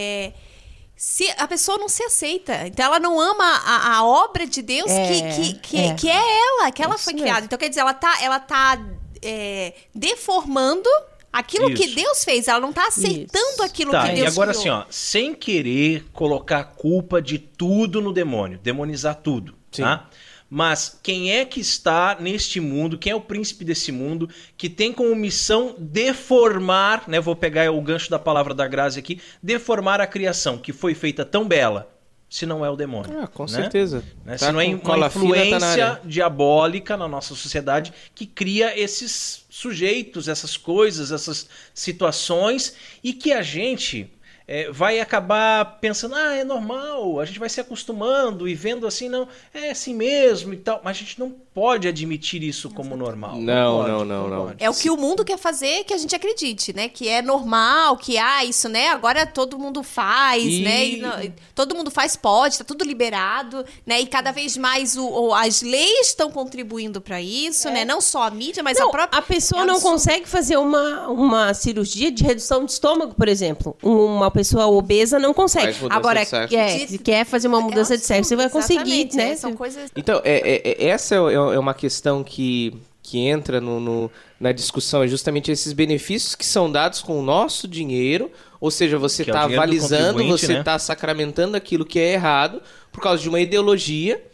Se a pessoa não se aceita, então ela não ama a obra de Deus que é ela, que ela foi criada. Então, quer dizer, ela tá deformando Aquilo que Deus fez, ela não está aceitando aquilo que Deus fez. E agora assim, ó, sem querer colocar a culpa de tudo no demônio, demonizar tudo, tá? Mas quem é que está neste mundo, quem é o príncipe desse mundo, que tem como missão deformar, né? Vou pegar o gancho da palavra da Grazi aqui, deformar a criação, que foi feita tão bela, se não é o demônio. Com certeza. Né? Se não é uma influência diabólica na nossa sociedade que cria esses sujeitos, essas coisas, essas situações, e que a gente... vai acabar pensando, é normal, a gente vai se acostumando e vendo assim, não, é assim mesmo e tal, mas a gente não pode admitir isso como normal. Não. É o que o mundo quer fazer que a gente acredite, né? Que é normal, que isso, né? Agora todo mundo faz, né? Todo mundo faz, pode, tá tudo liberado, né? E cada vez mais as leis estão contribuindo para isso, né? Não só a mídia, mas a própria... A pessoa não consegue fazer uma cirurgia de redução de estômago, por exemplo. Uma pessoa obesa não consegue. Agora, quer fazer uma mudança de sexo, você vai conseguir, né? São coisas... Então, essa é uma questão que entra na discussão, é justamente esses benefícios que são dados com o nosso dinheiro, ou seja, você está avalizando, você está sacramentando aquilo que é errado por causa de uma ideologia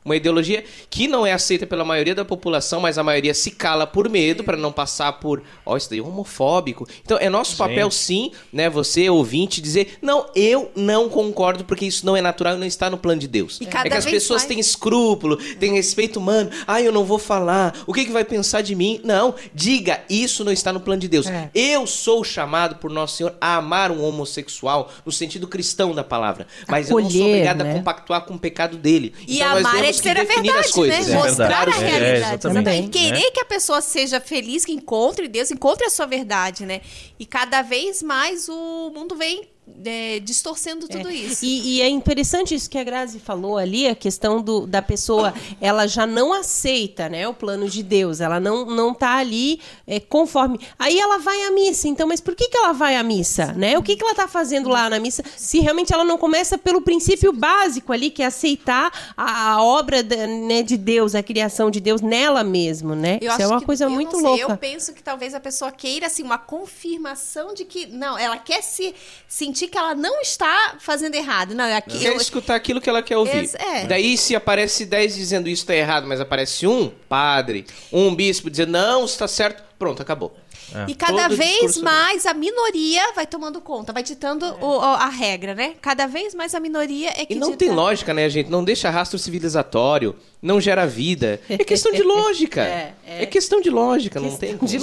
que não é aceita pela maioria da população, mas a maioria se cala por medo, para não passar por, isso daí é homofóbico. Então, é nosso papel, sim, né, você, ouvinte, dizer, não, eu não concordo, porque isso não é natural e não está no plano de Deus. É que as pessoas têm escrúpulo, têm respeito humano, eu não vou falar, o que vai pensar de mim? Não, diga, isso não está no plano de Deus. Eu sou chamado por Nosso Senhor a amar um homossexual, no sentido cristão da palavra, mas eu não sou obrigado a compactuar com o pecado dele. E então, amar ser a verdade, né? Mostrar a realidade. Exatamente. E querer que a pessoa seja feliz, que encontre Deus, encontre a sua verdade, né? E cada vez mais o mundo vem distorcendo tudo isso. E é interessante isso que a Grazi falou ali, a questão da pessoa, ela já não aceita, né, o plano de Deus, ela não tá ali conforme. Aí ela vai à missa, então, mas por que ela vai à missa, né? O que ela tá fazendo lá na missa, se realmente ela não começa pelo princípio básico ali, que é aceitar a obra de Deus, a criação de Deus nela mesmo, né? Isso é uma coisa muito louca. Eu penso que talvez a pessoa queira, assim, uma confirmação de que, não, ela quer sentir que ela não está fazendo errado. Não, quer escutar aquilo que ela quer ouvir. Daí, se aparece 10 dizendo isso está errado, mas aparece um padre, um bispo dizendo, não, está certo, pronto, acabou. E cada vez mais a minoria vai tomando conta, vai ditando a regra, né? Cada vez mais a minoria é que E não tem lógica, né, gente? Não deixa rastro civilizatório, não gera vida. É questão de lógica. É questão de lógica, não tem como.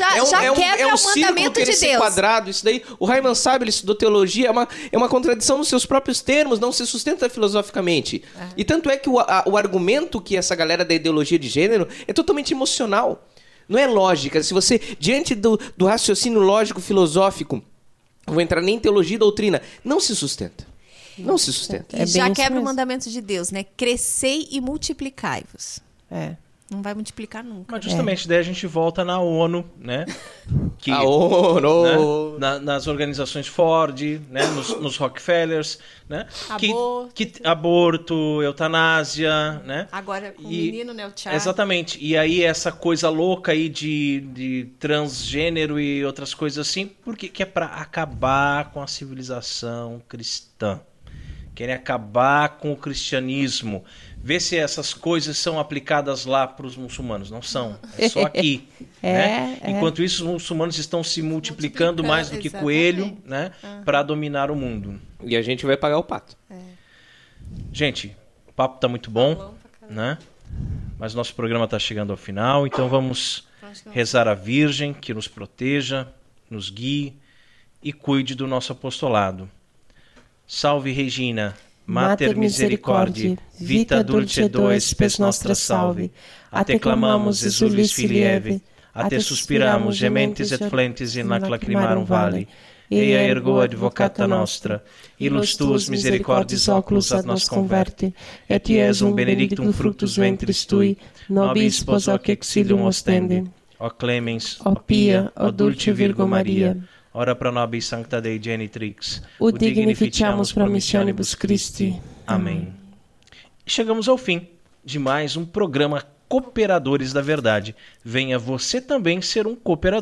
Já quebra o mandamento de Deus. Quadrado, isso daí. O Hyman sabe, ele estudou teologia, é uma contradição nos seus próprios termos, não se sustenta filosoficamente. E tanto é que o argumento que essa galera da ideologia de gênero é totalmente emocional. Não é lógica. Se você, diante do raciocínio lógico, filosófico, não vou entrar nem em teologia e doutrina, não se sustenta. Não se sustenta. E já quebra o mandamento de Deus, né? Crescei e multiplicai-vos. Não vai multiplicar nunca. Mas justamente daí a gente volta na ONU, né? A ONU! Né? Nas organizações Ford, né? Nos Rockefellers, né? Aborto, eutanásia, né? Agora com o menino, né? O Charlie. Exatamente. E aí essa coisa louca aí de transgênero e outras coisas assim, porque que é para acabar com a civilização cristã. Querem acabar com o cristianismo. Ver se essas coisas são aplicadas lá para os muçulmanos. Não são. É só aqui. Né? Enquanto isso, os muçulmanos estão se multiplicando mais do que coelho, né? Para dominar o mundo. E a gente vai pagar o pato. Gente, o papo está muito bom, né? Mas nosso programa está chegando ao final. Então vamos rezar a Virgem que nos proteja, nos guie e cuide do nosso apostolado. Salve Regina, Mater Misericordiae, vita dulcedo spes nostra salve. A te clamamos, exulis filieve, a te suspiramos, gementes et flentes in lac lacrimarum vale. Eia ergo advocata nostra, ilus tuus misericordis oculus ad nos converte, et iesum benedictum fructus ventris tui, nobis spos hoc exilium ostende. Ó Clemens, ó Pia, ó dulce Virgo Maria, ora pro nobis sancta Dei genitrix, ut dignificiamus promissionibus Christi. Amém. Chegamos ao fim de mais um programa Cooperadores da Verdade. Venha você também ser um cooperador.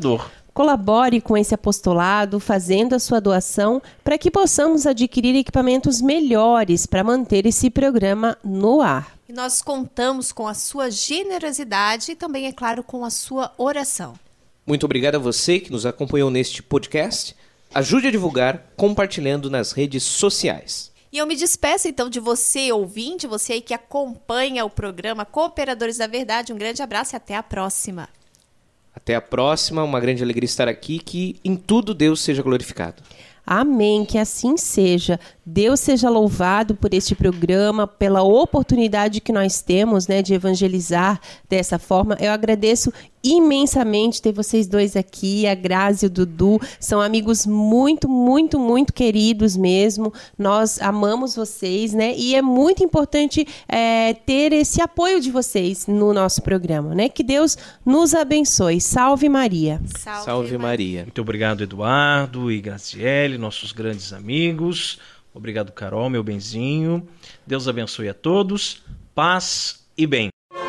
Colabore com esse apostolado, fazendo a sua doação, para que possamos adquirir equipamentos melhores para manter esse programa no ar. E nós contamos com a sua generosidade e também, é claro, com a sua oração. Muito obrigado a você que nos acompanhou neste podcast. Ajude a divulgar compartilhando nas redes sociais. E eu me despeço então de você, ouvinte, você aí que acompanha o programa Cooperadores da Verdade. Um grande abraço e até a próxima. Até a próxima, uma grande alegria estar aqui, que em tudo Deus seja glorificado. Amém, que assim seja. Deus seja louvado por este programa, pela oportunidade que nós temos, né, de evangelizar dessa forma. Eu agradeço imensamente ter vocês dois aqui, a Grazi e o Dudu. São amigos muito, muito, muito queridos mesmo. Nós amamos vocês, né? E é muito importante ter esse apoio de vocês no nosso programa, né? Que Deus nos abençoe. Salve Maria. Salve Maria. Muito obrigado, Eduardo e Graziele, nossos grandes amigos. Obrigado, Carol, meu benzinho. Deus abençoe a todos. Paz e bem.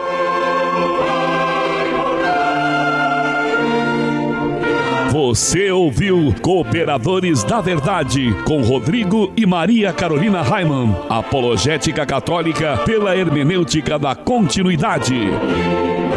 Você ouviu Cooperadores da Verdade, com Rodrigo e Maria Carolina Raimann. Apologética católica pela hermenêutica da continuidade.